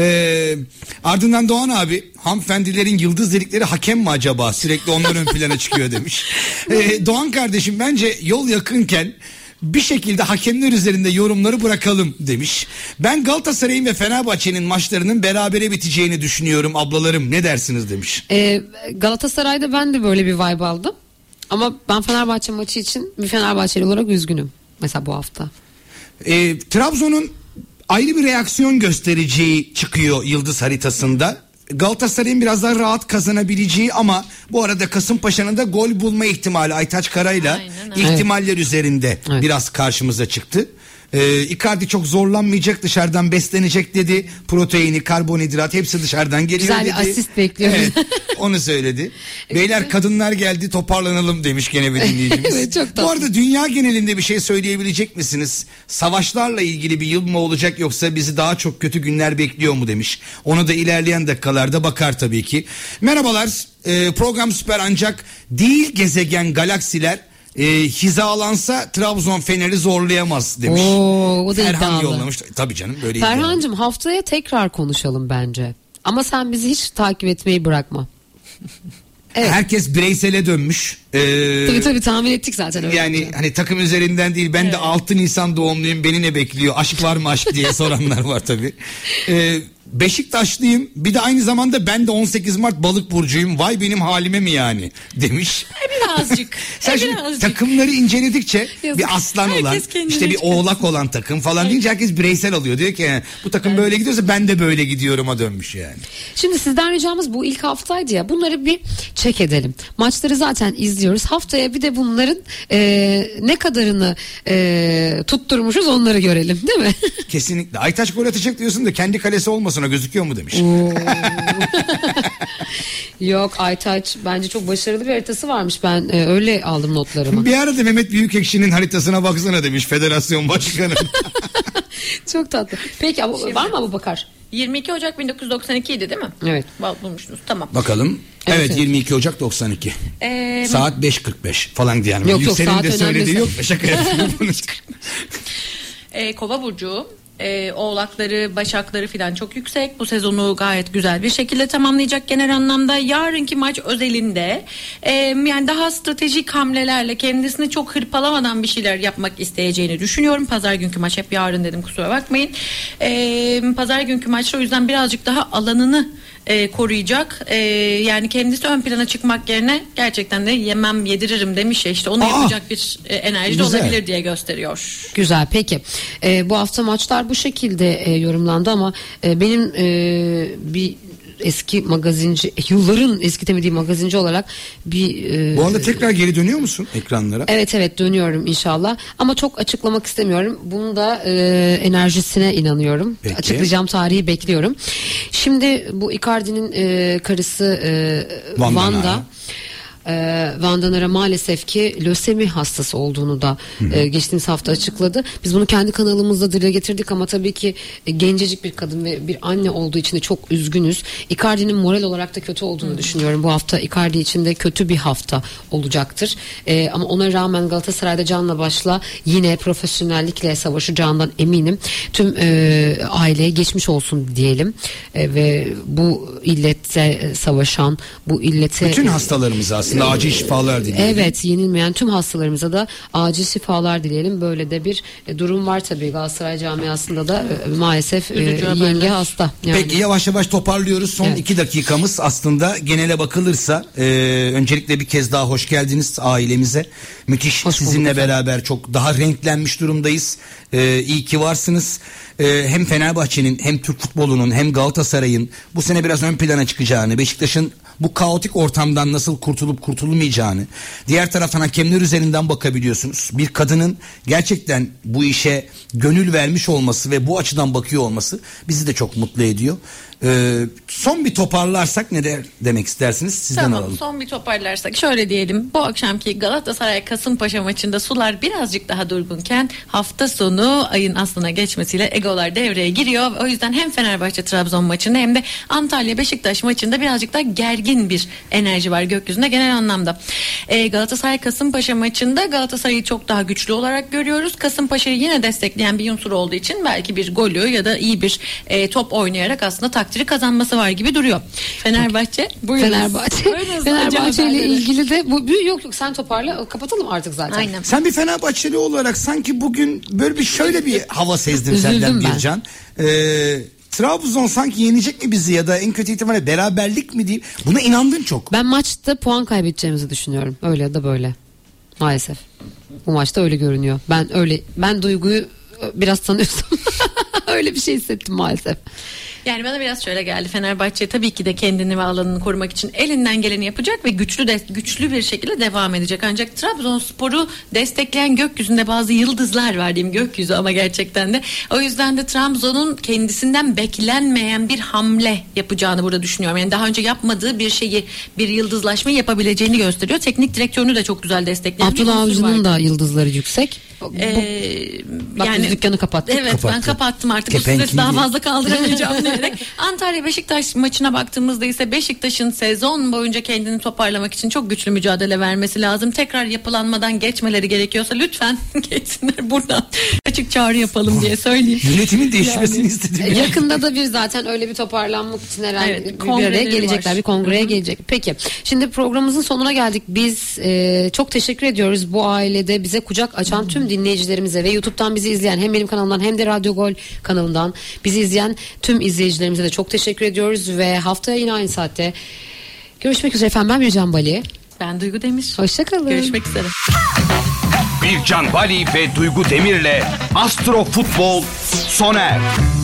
Ardından Doğan abi, hanımefendilerin yıldız dedikleri hakem mi acaba? Sürekli onlar ön plana çıkıyor demiş. Doğan kardeşim bence yol yakınken bir şekilde hakemler üzerinde yorumları bırakalım demiş. Ben Galatasaray'ın ve Fenerbahçe'nin maçlarının berabere biteceğini düşünüyorum ablalarım, ne dersiniz demiş. Galatasaray'da ben de böyle bir vibe aldım. Ama ben Fenerbahçe maçı için bir Fenerbahçeli olarak üzgünüm. Mesela bu hafta. Trabzon'un ayrı bir reaksiyon göstereceği çıkıyor yıldız haritasında. Galatasaray'ın biraz daha rahat kazanabileceği ama bu arada Kasımpaşa'nın da gol bulma ihtimali Aytaç Kara'yla ihtimaller üzerinde biraz karşımıza çıktı. Icardi çok zorlanmayacak, dışarıdan beslenecek dedi. Proteini, karbonhidrat hepsi dışarıdan geliyor Güzel dedi. bir asist bekliyorum. Evet, onu söyledi. Beyler kadınlar geldi, toparlanalım demiş gene bir dinleyicimiz. Evet, çok tatlı. Bu arada dünya genelinde bir şey söyleyebilecek misiniz? Savaşlarla ilgili bir yıl mı olacak yoksa bizi daha çok kötü günler bekliyor mu demiş. Onu da ilerleyen dakikalarda bakar tabii ki. Merhabalar, program süper ancak değil gezegen galaksiler hizalansa Trabzon Fener'i zorlayamaz demiş. O da Ferhan iddialı. yollamış. Tabii canım böyle iddialı. Ferhan'cığım haftaya tekrar konuşalım bence. Ama sen bizi hiç takip etmeyi bırakma. Evet. Herkes bireysele dönmüş. Tabii tahmin ettik zaten. Öyle Yani olacak. hani takım üzerinden değil, ben de 6 Nisan doğumluyum, beni ne bekliyor, aşk var mı aşk diye soranlar var tabii. Beşiktaşlıyım, bir de aynı zamanda ben de 18 Mart balık burcuyum, vay benim halime mi yani demiş. Birazcık. Sen şimdi birazcık. takımları inceledikçe Yazık. bir aslan Herkes olan, kendine işte bir çıkarsın. oğlak olan takım falan deyince herkes bireysel alıyor. Diyor ki bu takım böyle gidiyorsa ben de böyle gidiyorum'a dönmüş yani. Şimdi sizden ricamız, bu ilk haftaydı ya, bunları bir check edelim. Maçları zaten izliyoruz. Haftaya bir de bunların ne kadarını tutturmuşuz onları görelim, değil mi? Kesinlikle. Aytaç gol atacak diyorsun da kendi kalesi olmasına gözüküyor mu demiş. Yok, Aytaç bence çok başarılı bir haritası varmış. Ben öyle aldım notlarımı. Bir arada Mehmet Büyükekşi'nin haritasına baksana demiş federasyon başkanı. Çok tatlı. Peki var mı Abubakar? 22 Ocak 1992 idi değil mi? Evet. Bulmuştunuz, tamam. Bakalım. Evet, Evet, evet. 22 Ocak 92. Saat 5.45 falan diyelim. Yok, Yüksel'in saat de söylediği önemli. yok. Şaka yapıyorum. Kova burcu, oğlakları, başakları filan çok yüksek. Bu sezonu gayet güzel bir şekilde tamamlayacak genel anlamda. Yarınki maç özelinde yani daha stratejik hamlelerle kendisini çok hırpalamadan bir şeyler yapmak isteyeceğini düşünüyorum. Pazar günkü maç, hep yarın dedim, kusura bakmayın. Pazar günkü maçta o yüzden birazcık daha alanını koruyacak. Yani kendisi ön plana çıkmak yerine gerçekten de yemem yediririm demiş ya, işte onu yapacak bir enerji de güzel. olabilir diye gösteriyor. Güzel, peki. Bu hafta maçlar bu şekilde yorumlandı ama benim bir eski magazinci, yılların eskitemediği magazinci olarak bir... Bu anda tekrar geri dönüyor musun ekranlara? Evet dönüyorum inşallah. Ama çok açıklamak istemiyorum. Bunun da enerjisine inanıyorum. Peki. Açıklayacağım tarihi bekliyorum. Şimdi bu Icardi'nin karısı Wanda. Vanda Nara maalesef ki lösemi hastası olduğunu da geçtiğimiz hafta açıkladı. Biz bunu kendi kanalımızda dile getirdik ama tabii ki gencecik bir kadın ve bir anne olduğu için de çok üzgünüz. Icardi'nin moral olarak da kötü olduğunu düşünüyorum. Bu hafta Icardi için de kötü bir hafta olacaktır. Ama ona rağmen Galatasaray'da canla başla yine profesyonellikle savaşacağından eminim. Tüm aileye geçmiş olsun diyelim. Ve bu illete savaşan, bu illete... Bütün hastalarımıza aslında acil şifalar dileyelim. Evet, yenilmeyen tüm hastalarımıza da acil şifalar dileyelim. Böyle de bir durum var tabii Galatasaray camiasında da maalesef yenge hasta. Yani. Peki yavaş yavaş toparlıyoruz. Son 2 dakikamız aslında genele bakılırsa öncelikle bir kez daha hoş geldiniz ailemize. Müthiş, sizinle beraber çok daha renklenmiş durumdayız. İyi ki varsınız. Hem Fenerbahçe'nin hem Türk futbolunun hem Galatasaray'ın bu sene biraz ön plana çıkacağını, Beşiktaş'ın bu kaotik ortamdan nasıl kurtulup kurtulmayacağını, diğer taraftan hakemler üzerinden bakabiliyorsunuz. Bir kadının gerçekten bu işe gönül vermiş olması ve bu açıdan bakıyor olması bizi de çok mutlu ediyor. Son bir toparlarsak ne demek istersiniz? Sizden alalım. Son bir toparlarsak şöyle diyelim. Bu akşamki Galatasaray Kasımpaşa maçında sular birazcık daha durgunken hafta sonu ayın aslına geçmesiyle egolar devreye giriyor. O yüzden hem Fenerbahçe Trabzon maçında hem de Antalya Beşiktaş maçında birazcık daha gergin bir enerji var gökyüzünde genel anlamda. Galatasaray Kasımpaşa maçında Galatasaray'ı çok daha güçlü olarak görüyoruz. Kasımpaşa'yı yine destekleyen bir unsur olduğu için belki bir golü ya da iyi bir top oynayarak aslında takdiri kazanması var gibi duruyor. Fenerbahçe ile ilgili de yok sen toparla, kapatalım artık zaten. Aynen. Sen bir Fenerbahçeli olarak sanki bugün böyle bir şöyle bir hava sezdim senden Bircan. Trabzon sanki yenecek mi bizi ya da en kötü ihtimalle beraberlik mi diyeyim. Buna inandın çok. Ben maçta puan kaybedeceğimizi düşünüyorum. Öyle ya da böyle. Maalesef. Bu maçta öyle görünüyor. Ben Duygu'yu biraz tanıyorsam öyle bir şey hissettim maalesef. Yani bana biraz şöyle geldi. Fenerbahçe tabii ki de kendini ve alanını korumak için elinden geleni yapacak ve güçlü bir şekilde devam edecek. Ancak Trabzonspor'u destekleyen gökyüzünde bazı yıldızlar var diyeyim, gökyüzü ama gerçekten de. O yüzden de Trabzon'un kendisinden beklenmeyen bir hamle yapacağını burada düşünüyorum. Yani daha önce yapmadığı bir şeyi, bir yıldızlaşma yapabileceğini gösteriyor. Teknik direktörünü de çok güzel destekleyen Abdullah Avcı'nın da yıldızları yüksek. Yani dükkanı kapattık. Evet, ben kapattım artık. Bu stresi daha fazla kaldıramayacağım diyerek. Antalya Beşiktaş maçına baktığımızda ise Beşiktaş'ın sezon boyunca kendini toparlamak için çok güçlü mücadele vermesi lazım. Tekrar yapılanmadan geçmeleri gerekiyorsa lütfen geçsinler, buradan açık çağrı yapalım diye söyleyeyim. Yönetimin değişmesini istedim. Yakında da bir zaten öyle bir toparlanmak için herhalde bir araya gelecekler. Bir kongreye gelecek. Peki. Şimdi programımızın sonuna geldik. Biz çok teşekkür ediyoruz bu ailede bize kucak açan tüm dinleyicilerimize ve YouTube'dan bizi izleyen hem benim kanalımdan hem de Radyo Gol kanalından bizi izleyen tüm izleyicilerimize de çok teşekkür ediyoruz ve haftaya yine aynı saatte görüşmek üzere efendim. Ben Bircan Bali. Ben Duygu Demir. Hoşçakalın. Görüşmek üzere. Bircan Bali ve Duygu Demir'le Astro Futbol sona erdi.